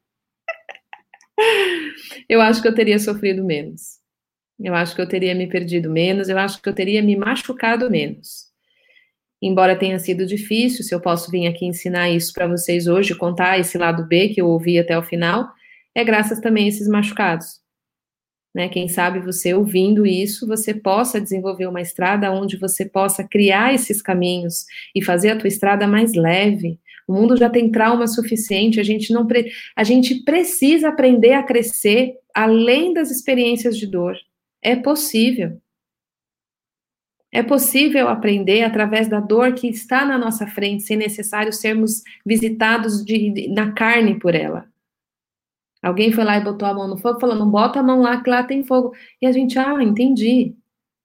A: Eu acho que eu teria sofrido menos. Eu acho que eu teria me perdido menos, eu acho que eu teria me machucado menos. Embora tenha sido difícil, se eu posso vir aqui ensinar isso para vocês hoje, contar esse lado B que eu ouvi até o final, é graças também a esses machucados. Né? Quem sabe você ouvindo isso, você possa desenvolver uma estrada onde você possa criar esses caminhos e fazer a tua estrada mais leve. O mundo já tem trauma suficiente, a gente não pre... a gente precisa aprender a crescer além das experiências de dor. É possível. É possível aprender através da dor que está na nossa frente, sem necessário sermos visitados de, de, na carne por ela. Alguém foi lá e botou a mão no fogo, falou, não bota a mão lá, que lá tem fogo. E a gente, ah, entendi.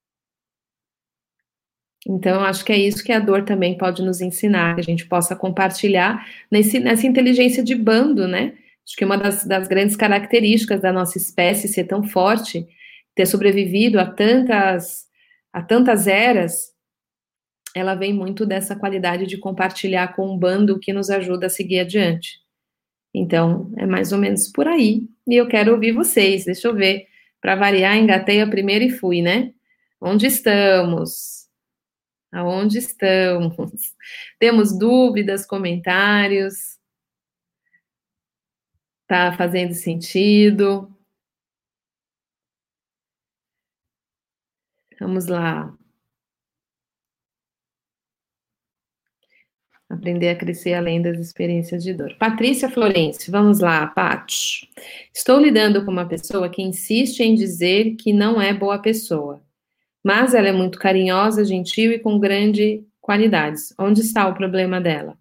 A: Então, eu acho que é isso que a dor também pode nos ensinar, que a gente possa compartilhar nesse, nessa inteligência de bando, né? Acho que uma das, das grandes características da nossa espécie ser tão forte, ter sobrevivido a tantas, a tantas eras, ela vem muito dessa qualidade de compartilhar com um bando que nos ajuda a seguir adiante. Então, é mais ou menos por aí. E eu quero ouvir vocês. Deixa eu ver. Para variar, engatei a primeira e fui, né? Onde estamos? Aonde estamos? Temos dúvidas, comentários? Tá fazendo sentido? Vamos lá. Aprender a crescer além das experiências de dor. Patrícia Florencio, vamos lá, Paty. Estou lidando com uma pessoa que insiste em dizer que não é boa pessoa, mas ela é muito carinhosa, gentil e com grandes qualidades. Onde está o problema dela?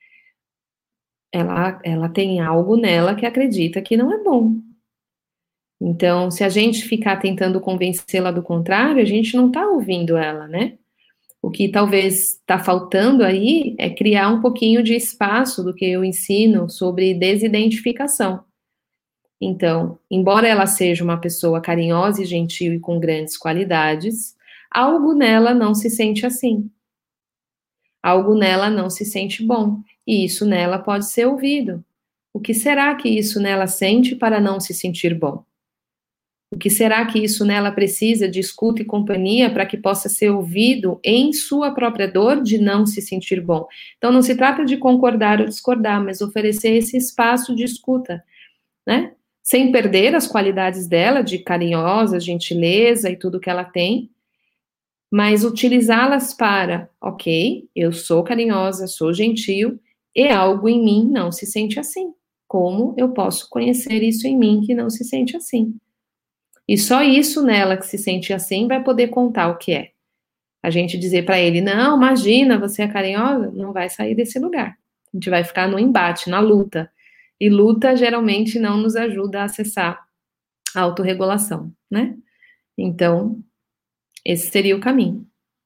A: Ela, ela tem algo nela que acredita que não é bom. Então, se a gente ficar tentando convencê-la do contrário, a gente não está ouvindo ela, né? O que talvez está faltando aí é criar um pouquinho de espaço do que eu ensino sobre desidentificação. Então, embora ela seja uma pessoa carinhosa e gentil e com grandes qualidades, algo nela não se sente assim. Algo nela não se sente bom. E isso nela pode ser ouvido. O que será que isso nela sente para não se sentir bom? O que será que isso nela precisa de escuta e companhia para que possa ser ouvido em sua própria dor de não se sentir bom? Então, não se trata de concordar ou discordar, mas oferecer esse espaço de escuta, né? Sem perder as qualidades dela, de carinhosa, gentileza e tudo que ela tem, mas utilizá-las para, ok, eu sou carinhosa, sou gentil, e algo em mim não se sente assim. Como eu posso conhecer isso em mim que não se sente assim? E só isso nela que se sente assim vai poder contar o que é. A gente dizer para ele, não, imagina, você é carinhosa, não vai sair desse lugar. A gente vai ficar no embate, na luta. E luta geralmente não nos ajuda a acessar a autorregulação, né? Então, esse seria o caminho.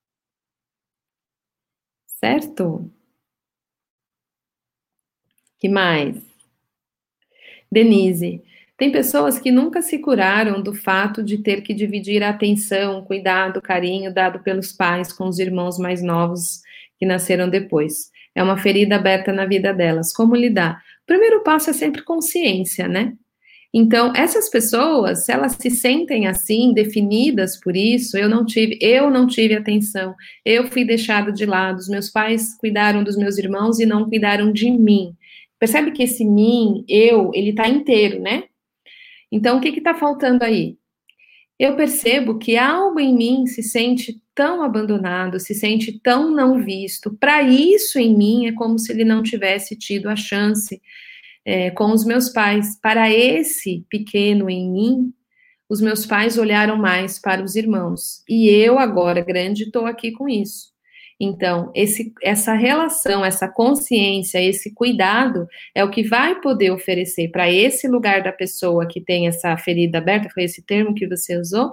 A: Certo? Que mais? Denise, tem pessoas que nunca se curaram do fato de ter que dividir a atenção, cuidado, carinho dado pelos pais com os irmãos mais novos que nasceram depois. É uma ferida aberta na vida delas. Como lidar? O primeiro passo é sempre consciência, né? Então, essas pessoas, se elas se sentem assim, definidas por isso, eu não tive, eu não tive atenção, eu fui deixado de lado, os meus pais cuidaram dos meus irmãos e não cuidaram de mim. Percebe que esse mim, eu, ele tá inteiro, né? Então, o que que tá faltando aí? Eu percebo que algo em mim se sente tão abandonado, se sente tão não visto. Para isso em mim é como se ele não tivesse tido a chance é, com os meus pais. Para esse pequeno em mim, os meus pais olharam mais para os irmãos. E eu, agora grande, estou aqui com isso. Então, esse, essa relação, essa consciência, esse cuidado é o que vai poder oferecer para esse lugar da pessoa que tem essa ferida aberta, foi esse termo que você usou?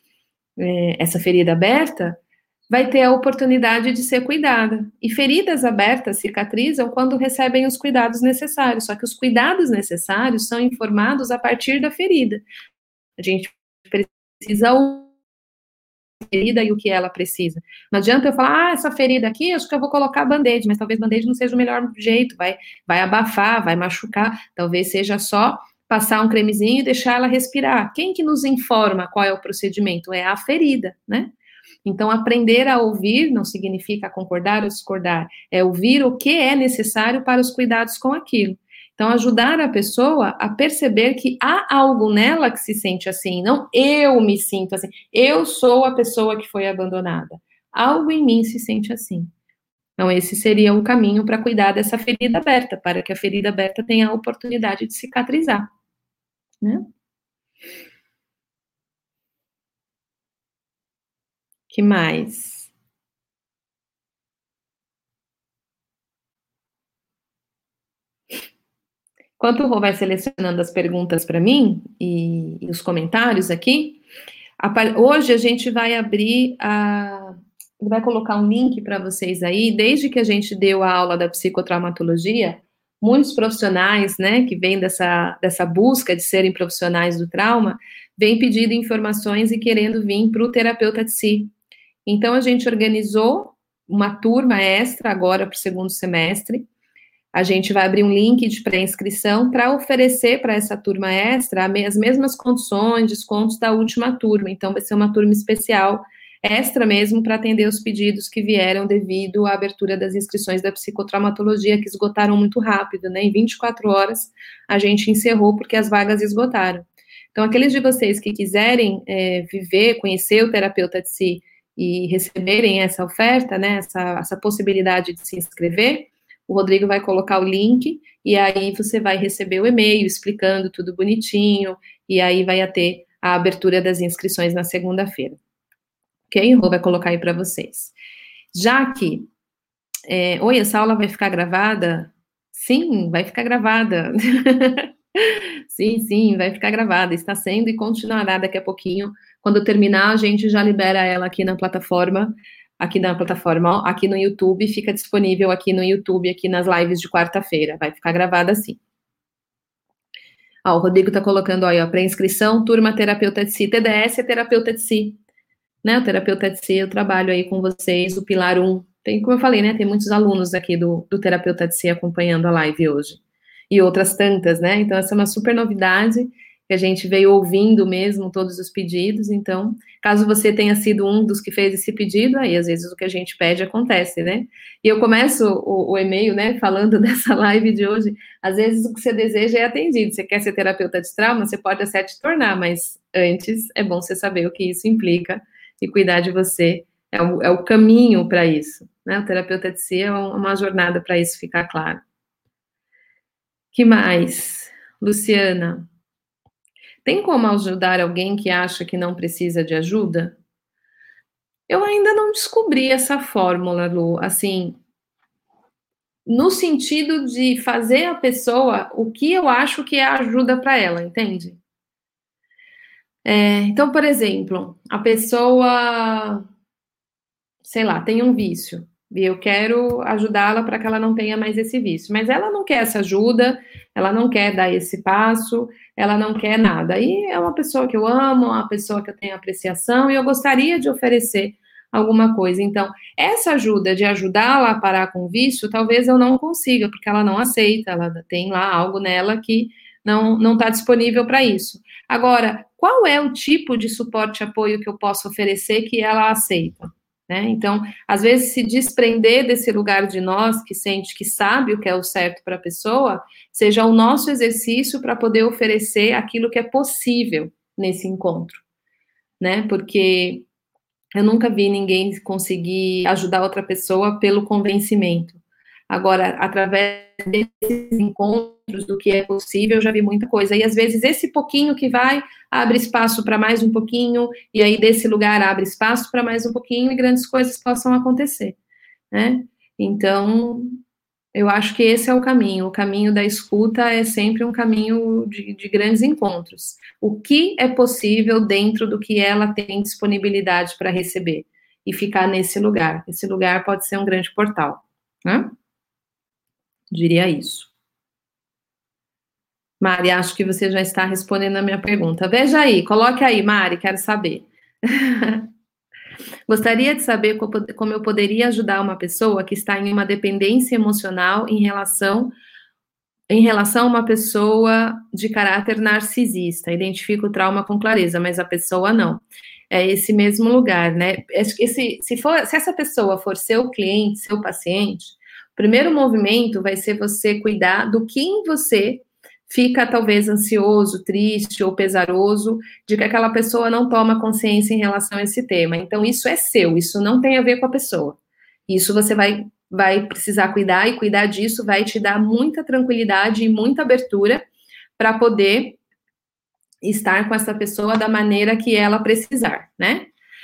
A: É, essa ferida aberta, vai ter a oportunidade de ser cuidada. E feridas abertas cicatrizam quando recebem os cuidados necessários, só que os cuidados necessários são informados a partir da ferida. A gente precisa ouvir a ferida e o que ela precisa. Não adianta eu falar, ah, essa ferida aqui, acho que eu vou colocar band-aid, mas talvez band-aid não seja o melhor jeito, vai, vai abafar, vai machucar, talvez seja só passar um cremezinho e deixar ela respirar. Quem que nos informa qual é o procedimento? É a ferida, né? Então, aprender a ouvir não significa concordar ou discordar, é ouvir o que é necessário para os cuidados com aquilo. Então, ajudar a pessoa a perceber que há algo nela que se sente assim, não eu me sinto assim, eu sou a pessoa que foi abandonada. Algo em mim se sente assim. Então, esse seria o caminho para cuidar dessa ferida aberta, para que a ferida aberta tenha a oportunidade de cicatrizar, né? Que mais? Enquanto o Rô vai selecionando as perguntas para mim e, e, os comentários aqui, a, hoje a gente vai abrir a. Vai colocar um link para vocês aí. Desde que a gente deu a aula da psicotraumatologia, muitos profissionais, né, que vêm dessa, dessa busca de serem profissionais do trauma, vêm pedindo informações e querendo vir para o terapeuta de si. Então, a gente organizou uma turma extra agora para o segundo semestre. A gente vai abrir um link de pré-inscrição para oferecer para essa turma extra as mesmas condições, descontos da última turma. Então, vai ser uma turma especial, extra mesmo, para atender os pedidos que vieram devido à abertura das inscrições da psicotraumatologia, que esgotaram muito rápido, né? Em vinte e quatro horas, a gente encerrou porque as vagas esgotaram. Então, aqueles de vocês que quiserem é, viver, conhecer o terapeuta de si e receberem essa oferta, né? Essa, essa possibilidade de se inscrever, o Rodrigo vai colocar o link e aí você vai receber o e-mail explicando tudo bonitinho e aí vai ter a abertura das inscrições na segunda-feira. Ok? O Rô vai colocar aí para vocês. Já que, é, oi, essa aula vai ficar gravada? Sim, vai ficar gravada. Sim, sim, vai ficar gravada. Está sendo e continuará daqui a pouquinho. Quando terminar, a gente já libera ela aqui na plataforma aqui na plataforma, aqui no YouTube, fica disponível aqui no YouTube, aqui nas lives de quarta-feira, vai ficar gravada assim. Ó, o Rodrigo tá colocando aí, ó, pré-inscrição, turma terapeuta de si, T D S é terapeuta de si, né, o terapeuta de si, eu trabalho aí com vocês, o Pilar um, tem, como eu falei, né, tem muitos alunos aqui do, do terapeuta de si acompanhando a live hoje, e outras tantas, né, então essa é uma super novidade, que a gente veio ouvindo mesmo todos os pedidos. Então, caso você tenha sido um dos que fez esse pedido, aí às vezes o que a gente pede acontece, né? E eu começo o, o e-mail, né, falando dessa live de hoje. Às vezes o que você deseja é atendido. Você quer ser terapeuta de trauma, você pode até te tornar, mas antes é bom você saber o que isso implica e cuidar de você. É o, é o caminho para isso, né? O terapeuta de si é uma jornada para isso ficar claro. Que mais? Luciana, tem como ajudar alguém que acha que não precisa de ajuda? Eu ainda não descobri essa fórmula, Lu, assim, no sentido de fazer a pessoa o que eu acho que é ajuda para ela, entende? É, então, por exemplo, a pessoa, sei lá, tem um vício, e eu quero ajudá-la para que ela não tenha mais esse vício, mas ela não quer essa ajuda, ela não quer dar esse passo, ela não quer nada. Aí é uma pessoa que eu amo, uma pessoa que eu tenho apreciação, e eu gostaria de oferecer alguma coisa. Então, essa ajuda de ajudá-la a parar com o vício, talvez eu não consiga, porque ela não aceita, ela tem lá algo nela que não não está disponível para isso. Agora, qual é o tipo de suporte e apoio que eu posso oferecer que ela aceita? Né? Então, às vezes, se desprender desse lugar de nós, que sente que sabe o que é o certo para a pessoa, seja o nosso exercício para poder oferecer aquilo que é possível nesse encontro, né? Porque eu nunca vi ninguém conseguir ajudar outra pessoa pelo convencimento. Agora, através desses encontros do que é possível, eu já vi muita coisa. E às vezes esse pouquinho que vai abre espaço para mais um pouquinho, e aí desse lugar abre espaço para mais um pouquinho e grandes coisas possam acontecer, né? Então, eu acho que esse é o caminho. O caminho da escuta é sempre um caminho de, de grandes encontros. O que é possível dentro do que ela tem disponibilidade para receber e ficar nesse lugar. Esse lugar pode ser um grande portal, né? Diria isso. Mari, acho que você já está respondendo a minha pergunta. Veja aí, coloque aí, Mari, quero saber. Gostaria de saber como eu poderia ajudar uma pessoa que está em uma dependência emocional em relação em relação a uma pessoa de caráter narcisista. Identifico o trauma com clareza, mas a pessoa não. É esse mesmo lugar, né? Esse, se, for, se essa pessoa for seu cliente, seu paciente, o primeiro movimento vai ser você cuidar do que em você fica talvez ansioso, triste ou pesaroso de que aquela pessoa não toma consciência em relação a esse tema. Então, isso é seu, isso não tem a ver com a pessoa. Isso você vai vai precisar cuidar, e cuidar disso vai te dar muita tranquilidade e muita abertura para poder estar com essa pessoa da maneira que ela precisar, né?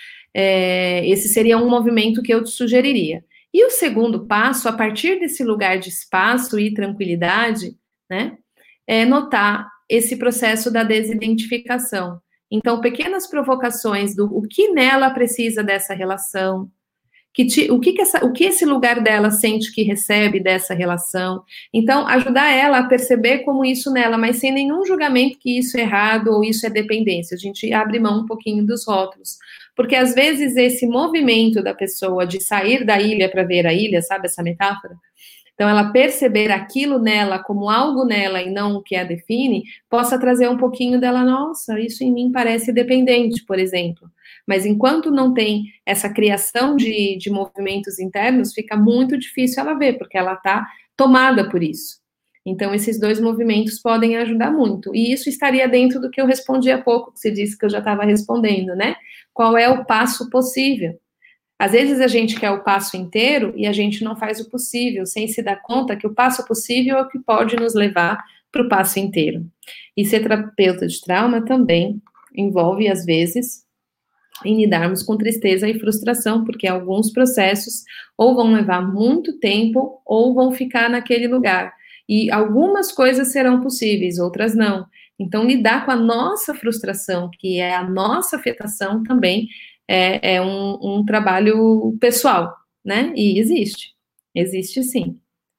A: É, esse seria um movimento que eu te sugeriria. E o segundo passo, a partir desse lugar de espaço e tranquilidade, né, é notar esse processo da desidentificação. Então, pequenas provocações do o que nela precisa dessa relação, Que te, o, que, que, essa, o que esse lugar dela sente que recebe dessa relação. Então, ajudar ela a perceber como isso nela, mas sem nenhum julgamento que isso é errado ou isso é dependência. A gente abre mão um pouquinho dos rótulos. Porque, às vezes, esse movimento da pessoa de sair da ilha para ver a ilha, sabe essa metáfora? Então, ela perceber aquilo nela como algo nela e não o que a define, possa trazer um pouquinho dela, nossa, isso em mim parece dependente, por exemplo. Mas enquanto não tem essa criação de, de movimentos internos, fica muito difícil ela ver, porque ela está tomada por isso. Então, esses dois movimentos podem ajudar muito. E isso estaria dentro do que eu respondi há pouco, que você disse que eu já estava respondendo, né? Qual é o passo possível? Às vezes a gente quer o passo inteiro e a gente não faz o possível, sem se dar conta que o passo possível é o que pode nos levar para o passo inteiro. E ser terapeuta de trauma também envolve, às vezes, em lidarmos com tristeza e frustração, porque alguns processos ou vão levar muito tempo ou vão ficar naquele lugar. E algumas coisas serão possíveis, outras não. Então, lidar com a nossa frustração, que é a nossa afetação também, é, é um, um trabalho pessoal, né? E existe. Existe sim.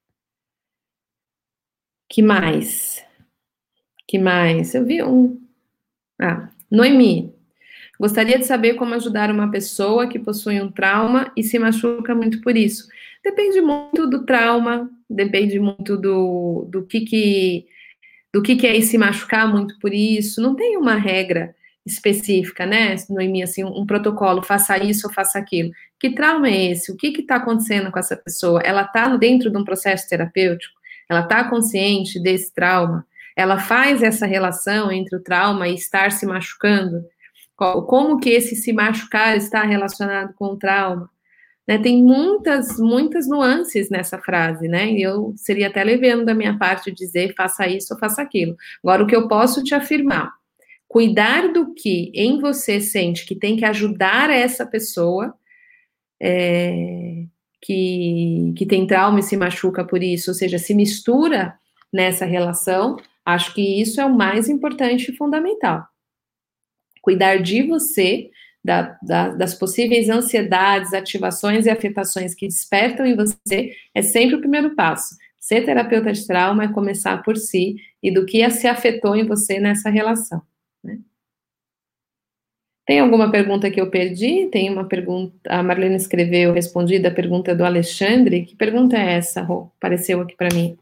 A: Que mais? Que mais? Eu vi um. Ah, Noemi. Gostaria de saber como ajudar uma pessoa que possui um trauma e se machuca muito por isso. Depende muito do trauma, depende muito do, do que, que do que, que é se machucar muito por isso. Não tem uma regra específica, né, Noemi, assim, um, um protocolo, faça isso ou faça aquilo. Que trauma é esse? O que está acontecendo com essa pessoa? Ela está dentro de um processo terapêutico? Ela está consciente desse trauma? Ela faz essa relação entre o trauma e estar se machucando? Como que esse se machucar está relacionado com o trauma? Né, tem muitas, muitas nuances nessa frase, né? E eu seria até leviano da minha parte dizer faça isso ou faça aquilo. Agora, o que eu posso te afirmar, cuidar do que em você sente que tem que ajudar essa pessoa é, que, que tem trauma e se machuca por isso, ou seja, se mistura nessa relação, acho que isso é o mais importante e fundamental. Cuidar de você, da, da, das possíveis ansiedades, ativações e afetações que despertam em você, é sempre o primeiro passo. Ser terapeuta de trauma é começar por si e do que se afetou em você nessa relação, né? Tem alguma pergunta que eu perdi? Tem uma pergunta, a Marlene escreveu, respondi da pergunta do Alexandre. Que pergunta é essa, Rô? Apareceu aqui para mim.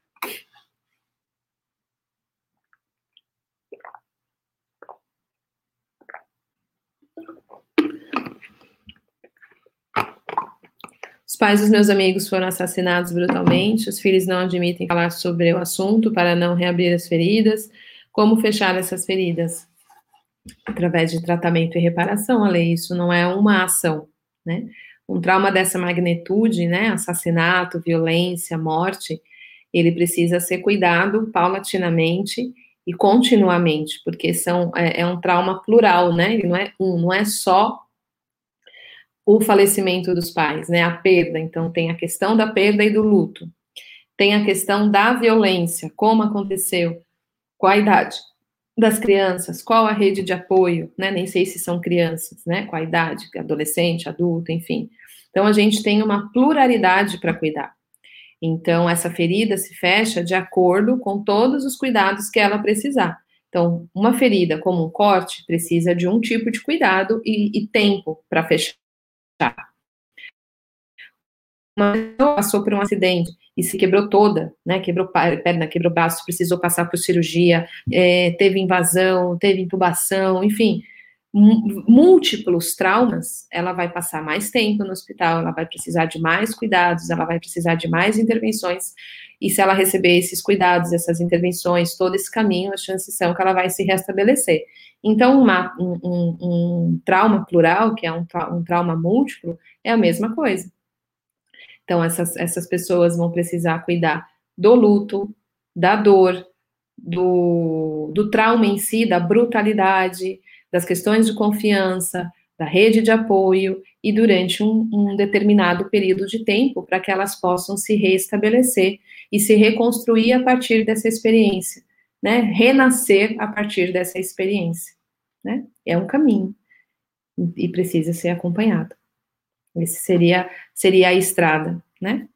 A: Os pais dos meus amigos foram assassinados brutalmente, os filhos não admitem falar sobre o assunto para não reabrir as feridas. Como fechar essas feridas? Através de tratamento e reparação, Ale, isso não é uma ação, né? Um trauma dessa magnitude, né, assassinato, violência, morte, ele precisa ser cuidado paulatinamente e continuamente, porque são, é, é um trauma plural, né, ele não é um, não é só o falecimento dos pais, né, a perda, então tem a questão da perda e do luto, tem a questão da violência, como aconteceu, qual a idade das crianças, qual a rede de apoio, né, nem sei se são crianças, né, qual a idade, adolescente, adulto, enfim. Então, a gente tem uma pluralidade para cuidar. Então, essa ferida se fecha de acordo com todos os cuidados que ela precisar. Então, uma ferida, como um corte, precisa de um tipo de cuidado e, e tempo para fechar. Uma pessoa passou por um acidente e se quebrou toda, né, quebrou perna, quebrou braço, precisou passar por cirurgia, é, teve invasão, teve intubação, enfim, múltiplos traumas, ela vai passar mais tempo no hospital, ela vai precisar de mais cuidados, ela vai precisar de mais intervenções, e se ela receber esses cuidados, essas intervenções, todo esse caminho, as chances são que ela vai se restabelecer. Então, uma, um, um, um trauma plural, que é um, um trauma múltiplo, é a mesma coisa. Então, essas, essas pessoas vão precisar cuidar do luto, da dor, do, do trauma em si, da brutalidade, das questões de confiança, da rede de apoio, e durante um, um determinado período de tempo, para que elas possam se restabelecer e se reconstruir a partir dessa experiência, né? Renascer a partir dessa experiência, né? É um caminho, e precisa ser acompanhado. Esse seria, seria a estrada, né?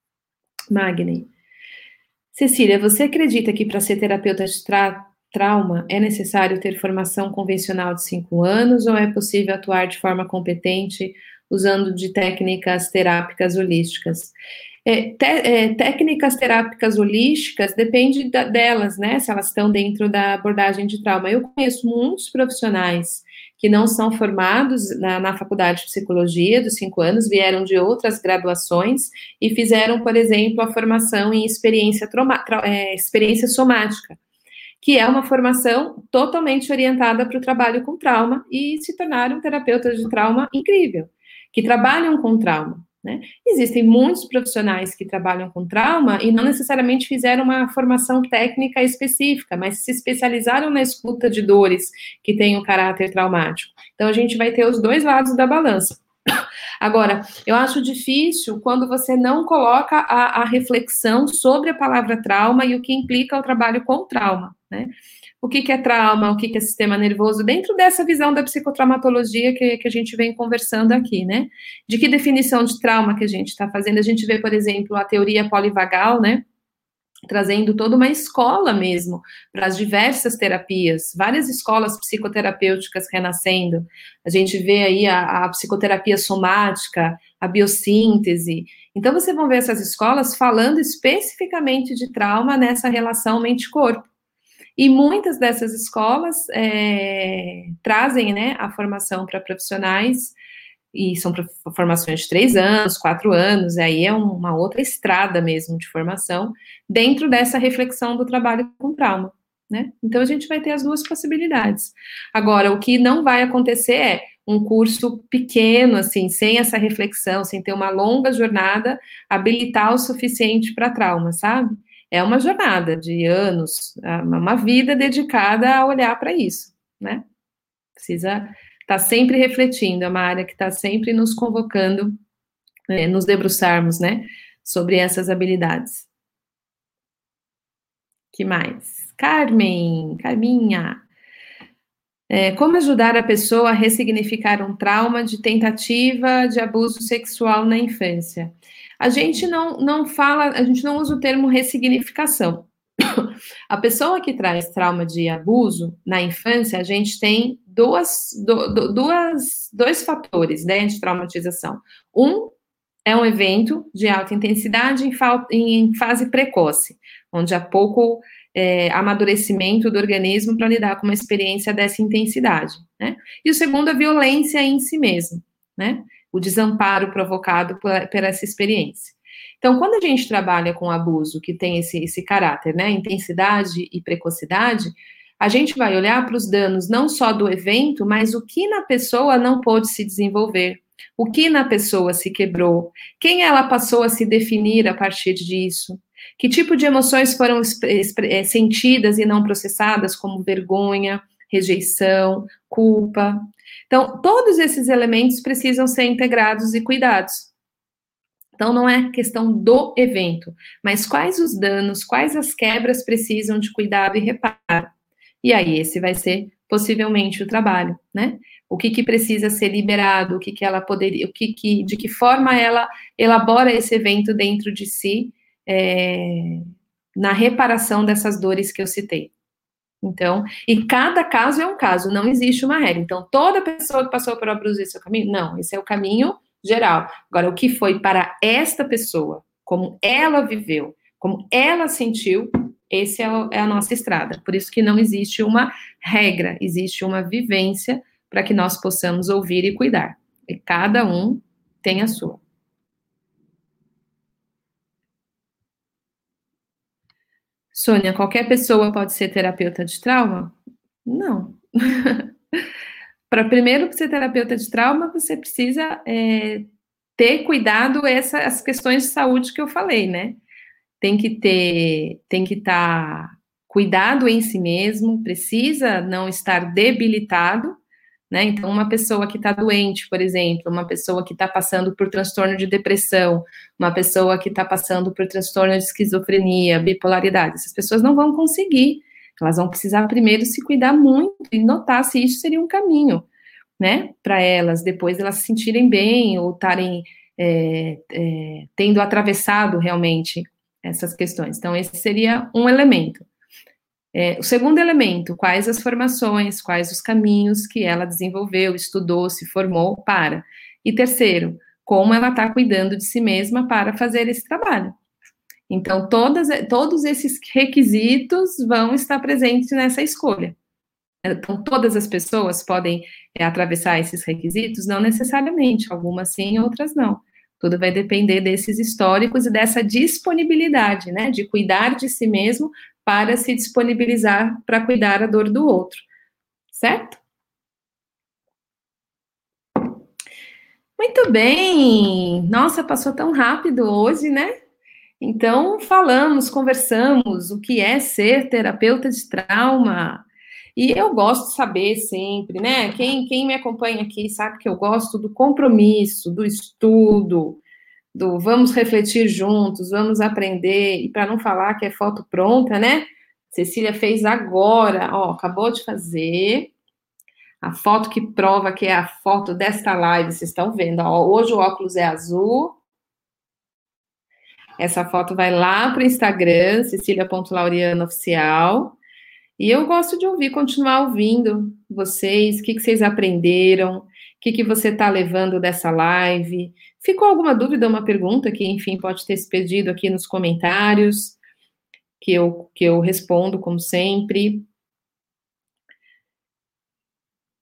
A: Magni. Cecília, você acredita que para ser terapeuta de tra trauma é necessário ter formação convencional de cinco anos ou é possível atuar de forma competente usando de técnicas terápicas holísticas? É, te, é, técnicas terápicas holísticas depende da, delas, né? Se elas estão dentro da abordagem de trauma. Eu conheço muitos profissionais que não são formados na, na faculdade de psicologia dos cinco anos, vieram de outras graduações e fizeram, por exemplo, a formação em experiência, trauma, tra, é, experiência somática, que é uma formação totalmente orientada para o trabalho com trauma, e se tornaram terapeutas de trauma incrível, que trabalham com trauma, né? Existem muitos profissionais que trabalham com trauma e não necessariamente fizeram uma formação técnica específica, mas se especializaram na escuta de dores que têm um caráter traumático. Então, a gente vai ter os dois lados da balança. Agora, eu acho difícil quando você não coloca a, a reflexão sobre a palavra trauma e o que implica o trabalho com trauma, né? O que, que é trauma, o que, que é sistema nervoso, dentro dessa visão da psicotraumatologia que, que a gente vem conversando aqui, né? De que definição de trauma que a gente está fazendo? A gente vê, por exemplo, a teoria polivagal, né? Trazendo toda uma escola mesmo para as diversas terapias, várias escolas psicoterapêuticas renascendo. A gente vê aí a, a psicoterapia somática, a biossíntese. Então, vocês vão ver essas escolas falando especificamente de trauma nessa relação mente-corpo. E muitas dessas escolas é, trazem, né, a formação para profissionais, e são formações de três anos, quatro anos, aí é uma outra estrada mesmo de formação, dentro dessa reflexão do trabalho com trauma, né? Então a gente vai ter as duas possibilidades. Agora, o que não vai acontecer é um curso pequeno, assim, sem essa reflexão, sem ter uma longa jornada, habilitar o suficiente para trauma, sabe? É uma jornada de anos, uma vida dedicada a olhar para isso, né? Precisa estar sempre refletindo, é uma área que está sempre nos convocando, né, nos debruçarmos, né, sobre essas habilidades. Que mais? Carmen, Carminha. É, como ajudar a pessoa a ressignificar um trauma de tentativa de abuso sexual na infância? A gente não, não fala, a gente não usa o termo ressignificação. A pessoa que traz trauma de abuso na infância, a gente tem duas, do, duas, dois fatores, né, de traumatização. Um é um evento de alta intensidade em, em fase precoce, onde há pouco é, amadurecimento do organismo para lidar com uma experiência dessa intensidade, né? E o segundo, a violência em si mesmo, né? O desamparo provocado por, por essa experiência. Então, quando a gente trabalha com abuso que tem esse, esse caráter, né, intensidade e precocidade, a gente vai olhar para os danos não só do evento, mas o que na pessoa não pôde se desenvolver, o que na pessoa se quebrou, quem ela passou a se definir a partir disso, que tipo de emoções foram sentidas e não processadas, como vergonha, rejeição, culpa. Então, todos esses elementos precisam ser integrados e cuidados. Então, não é questão do evento, mas quais os danos, quais as quebras precisam de cuidado e reparo. E aí, esse vai ser possivelmente o trabalho, né? O que, que precisa ser liberado, o que, que ela poderia, o que, que, de que forma ela elabora esse evento dentro de si, é, na reparação dessas dores que eu citei. Então, e cada caso é um caso, não existe uma regra. Então, toda pessoa que passou por abuso, esse é o caminho? Não, esse é o caminho geral. Agora, o que foi para esta pessoa, como ela viveu, como ela sentiu, esse é, o, é a nossa estrada. Por isso que não existe uma regra, existe uma vivência para que nós possamos ouvir e cuidar. E cada um tem a sua. Sônia, qualquer pessoa pode ser terapeuta de trauma? Não. Para primeiro ser terapeuta de trauma, você precisa é, ter cuidado essas questões de saúde que eu falei, né? Tem que ter, tem que estar tá cuidado em si mesmo, precisa não estar debilitado, né? Então, uma pessoa que está doente, por exemplo, uma pessoa que está passando por transtorno de depressão, uma pessoa que está passando por transtorno de esquizofrenia, bipolaridade, essas pessoas não vão conseguir. Elas vão precisar primeiro se cuidar muito e notar se isso seria um caminho, né, para elas, depois elas se sentirem bem ou estarem é, é, tendo atravessado realmente essas questões. Então, esse seria um elemento. É, o segundo elemento, quais as formações, quais os caminhos que ela desenvolveu, estudou, se formou para. E terceiro, como ela está cuidando de si mesma para fazer esse trabalho. Então, todas, todos esses requisitos vão estar presentes nessa escolha. Então, todas as pessoas podem é, atravessar esses requisitos? Não necessariamente, algumas sim, outras não. Tudo vai depender desses históricos e dessa disponibilidade, né, de cuidar de si mesmo para se disponibilizar para cuidar a dor do outro, certo? Muito bem! Nossa, passou tão rápido hoje, né? Então, falamos, conversamos o que é ser terapeuta de trauma. E eu gosto de saber sempre, né? Quem, quem me acompanha aqui sabe que eu gosto do compromisso, do estudo, do vamos refletir juntos, vamos aprender. E para não falar que é foto pronta, né? Cecília fez agora, ó, acabou de fazer a foto que prova que é a foto desta live. Vocês estão vendo, ó, hoje o óculos é azul. Essa foto vai lá para o Instagram, cecilia ponto laureano oficial. E eu gosto de ouvir, continuar ouvindo vocês, o que, que vocês aprenderam, o que, que você está levando dessa live. Ficou alguma dúvida, uma pergunta que, enfim, pode ter se perdido aqui nos comentários, que eu, que eu respondo, como sempre.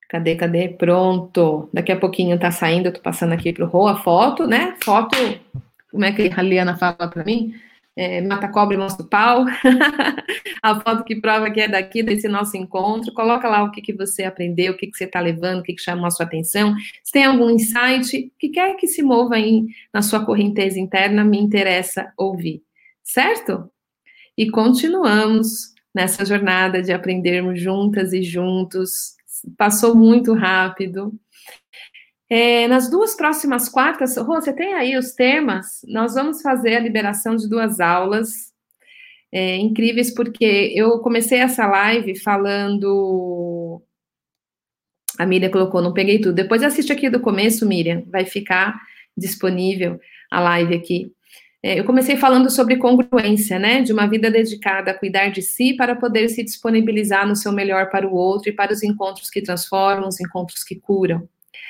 A: Cadê, cadê? Pronto. Daqui a pouquinho tá saindo, eu tô passando aqui pro Rô a foto, né? Foto, como é que a Liana fala para mim? É, mata cobra e mostra o pau. A foto que prova que é daqui, desse nosso encontro. Coloca lá o que, que você aprendeu, o que, que você está levando, o que, que chamou a sua atenção. Se tem algum insight que quer que se mova aí na sua correnteza interna, me interessa ouvir. Certo? E continuamos nessa jornada de aprendermos juntas e juntos. Passou muito rápido. É, nas duas próximas quartas, Rô, você tem aí os temas? Nós vamos fazer a liberação de duas aulas é, incríveis, porque eu comecei essa live falando. A Miriam colocou, não peguei tudo. Depois assiste aqui do começo, Miriam, vai ficar disponível a live aqui. É, eu comecei falando sobre congruência, né? De uma vida dedicada a cuidar de si para poder se disponibilizar no seu melhor para o outro e para os encontros que transformam, os encontros que curam.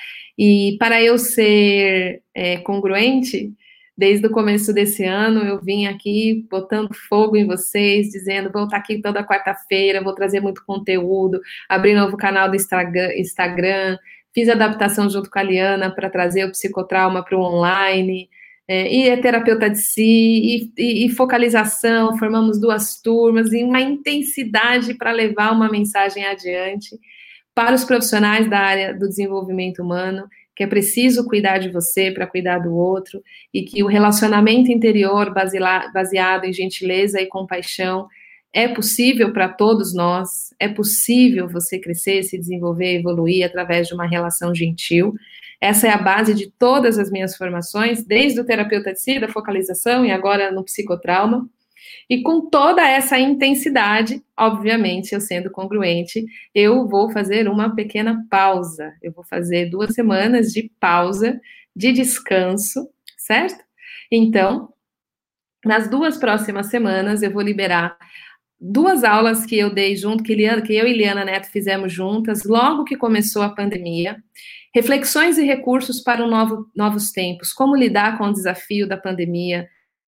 A: E para eu ser é, congruente, desde o começo desse ano, eu vim aqui botando fogo em vocês, dizendo, vou estar aqui toda quarta-feira, vou trazer muito conteúdo, abri novo canal do Instagram, fiz adaptação junto com a Liana para trazer o psicotrauma para o online, é, e é terapeuta de si, e, e, e focalização, formamos duas turmas, em uma intensidade para levar uma mensagem adiante, para os profissionais da área do desenvolvimento humano, que é preciso cuidar de você para cuidar do outro, e que o relacionamento interior baseado em gentileza e compaixão é possível para todos nós, é possível você crescer, se desenvolver, evoluir através de uma relação gentil. Essa é a base de todas as minhas formações, desde o terapeuta de si, da focalização, e agora no psicotrauma. E com toda essa intensidade, obviamente, eu sendo congruente, eu vou fazer uma pequena pausa. Eu vou fazer duas semanas de pausa, de descanso, certo? Então, nas duas próximas semanas, eu vou liberar duas aulas que eu dei junto, que, Liana, que eu e Liana Neto fizemos juntas, logo que começou a pandemia. Reflexões e recursos para um novo, novos tempos. Como lidar com o desafio da pandemia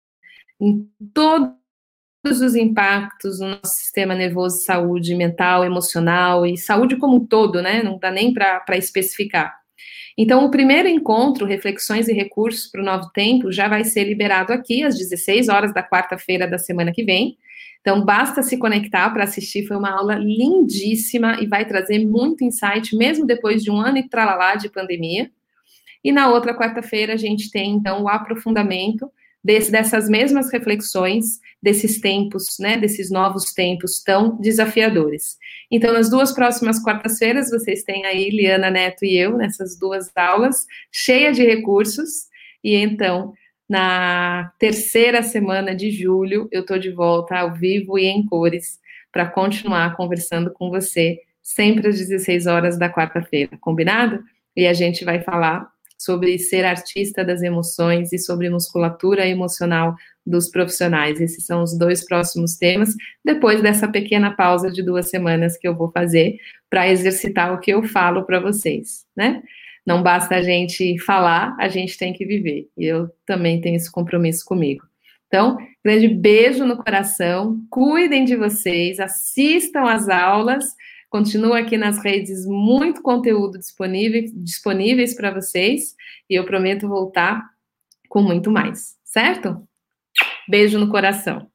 A: em todo todos os impactos no nosso sistema nervoso, saúde mental, emocional e saúde como um todo, né? Não dá nem para especificar. Então, o primeiro encontro, Reflexões e Recursos para o Novo Tempo, já vai ser liberado aqui às dezesseis horas da quarta-feira da semana que vem. Então, basta se conectar para assistir. Foi uma aula lindíssima e vai trazer muito insight, mesmo depois de um ano e tralalá de pandemia. E na outra quarta-feira, a gente tem, então, o aprofundamento Desse, dessas mesmas reflexões, desses tempos, né, desses novos tempos tão desafiadores. Então, nas duas próximas quartas-feiras, vocês têm aí Liana Neto e eu, nessas duas aulas, cheia de recursos, e então, na terceira semana de julho, eu estou de volta ao vivo e em cores, para continuar conversando com você, sempre às dezesseis horas da quarta-feira, combinado? E a gente vai falar sobre ser artista das emoções e sobre musculatura emocional dos profissionais. Esses são os dois próximos temas, depois dessa pequena pausa de duas semanas que eu vou fazer para exercitar o que eu falo para vocês, né? Não basta a gente falar, a gente tem que viver. E eu também tenho esse compromisso comigo. Então, grande beijo no coração, cuidem de vocês, assistam às aulas, continua aqui nas redes muito conteúdo disponível, disponíveis para vocês, e eu prometo voltar com muito mais, certo? Beijo no coração.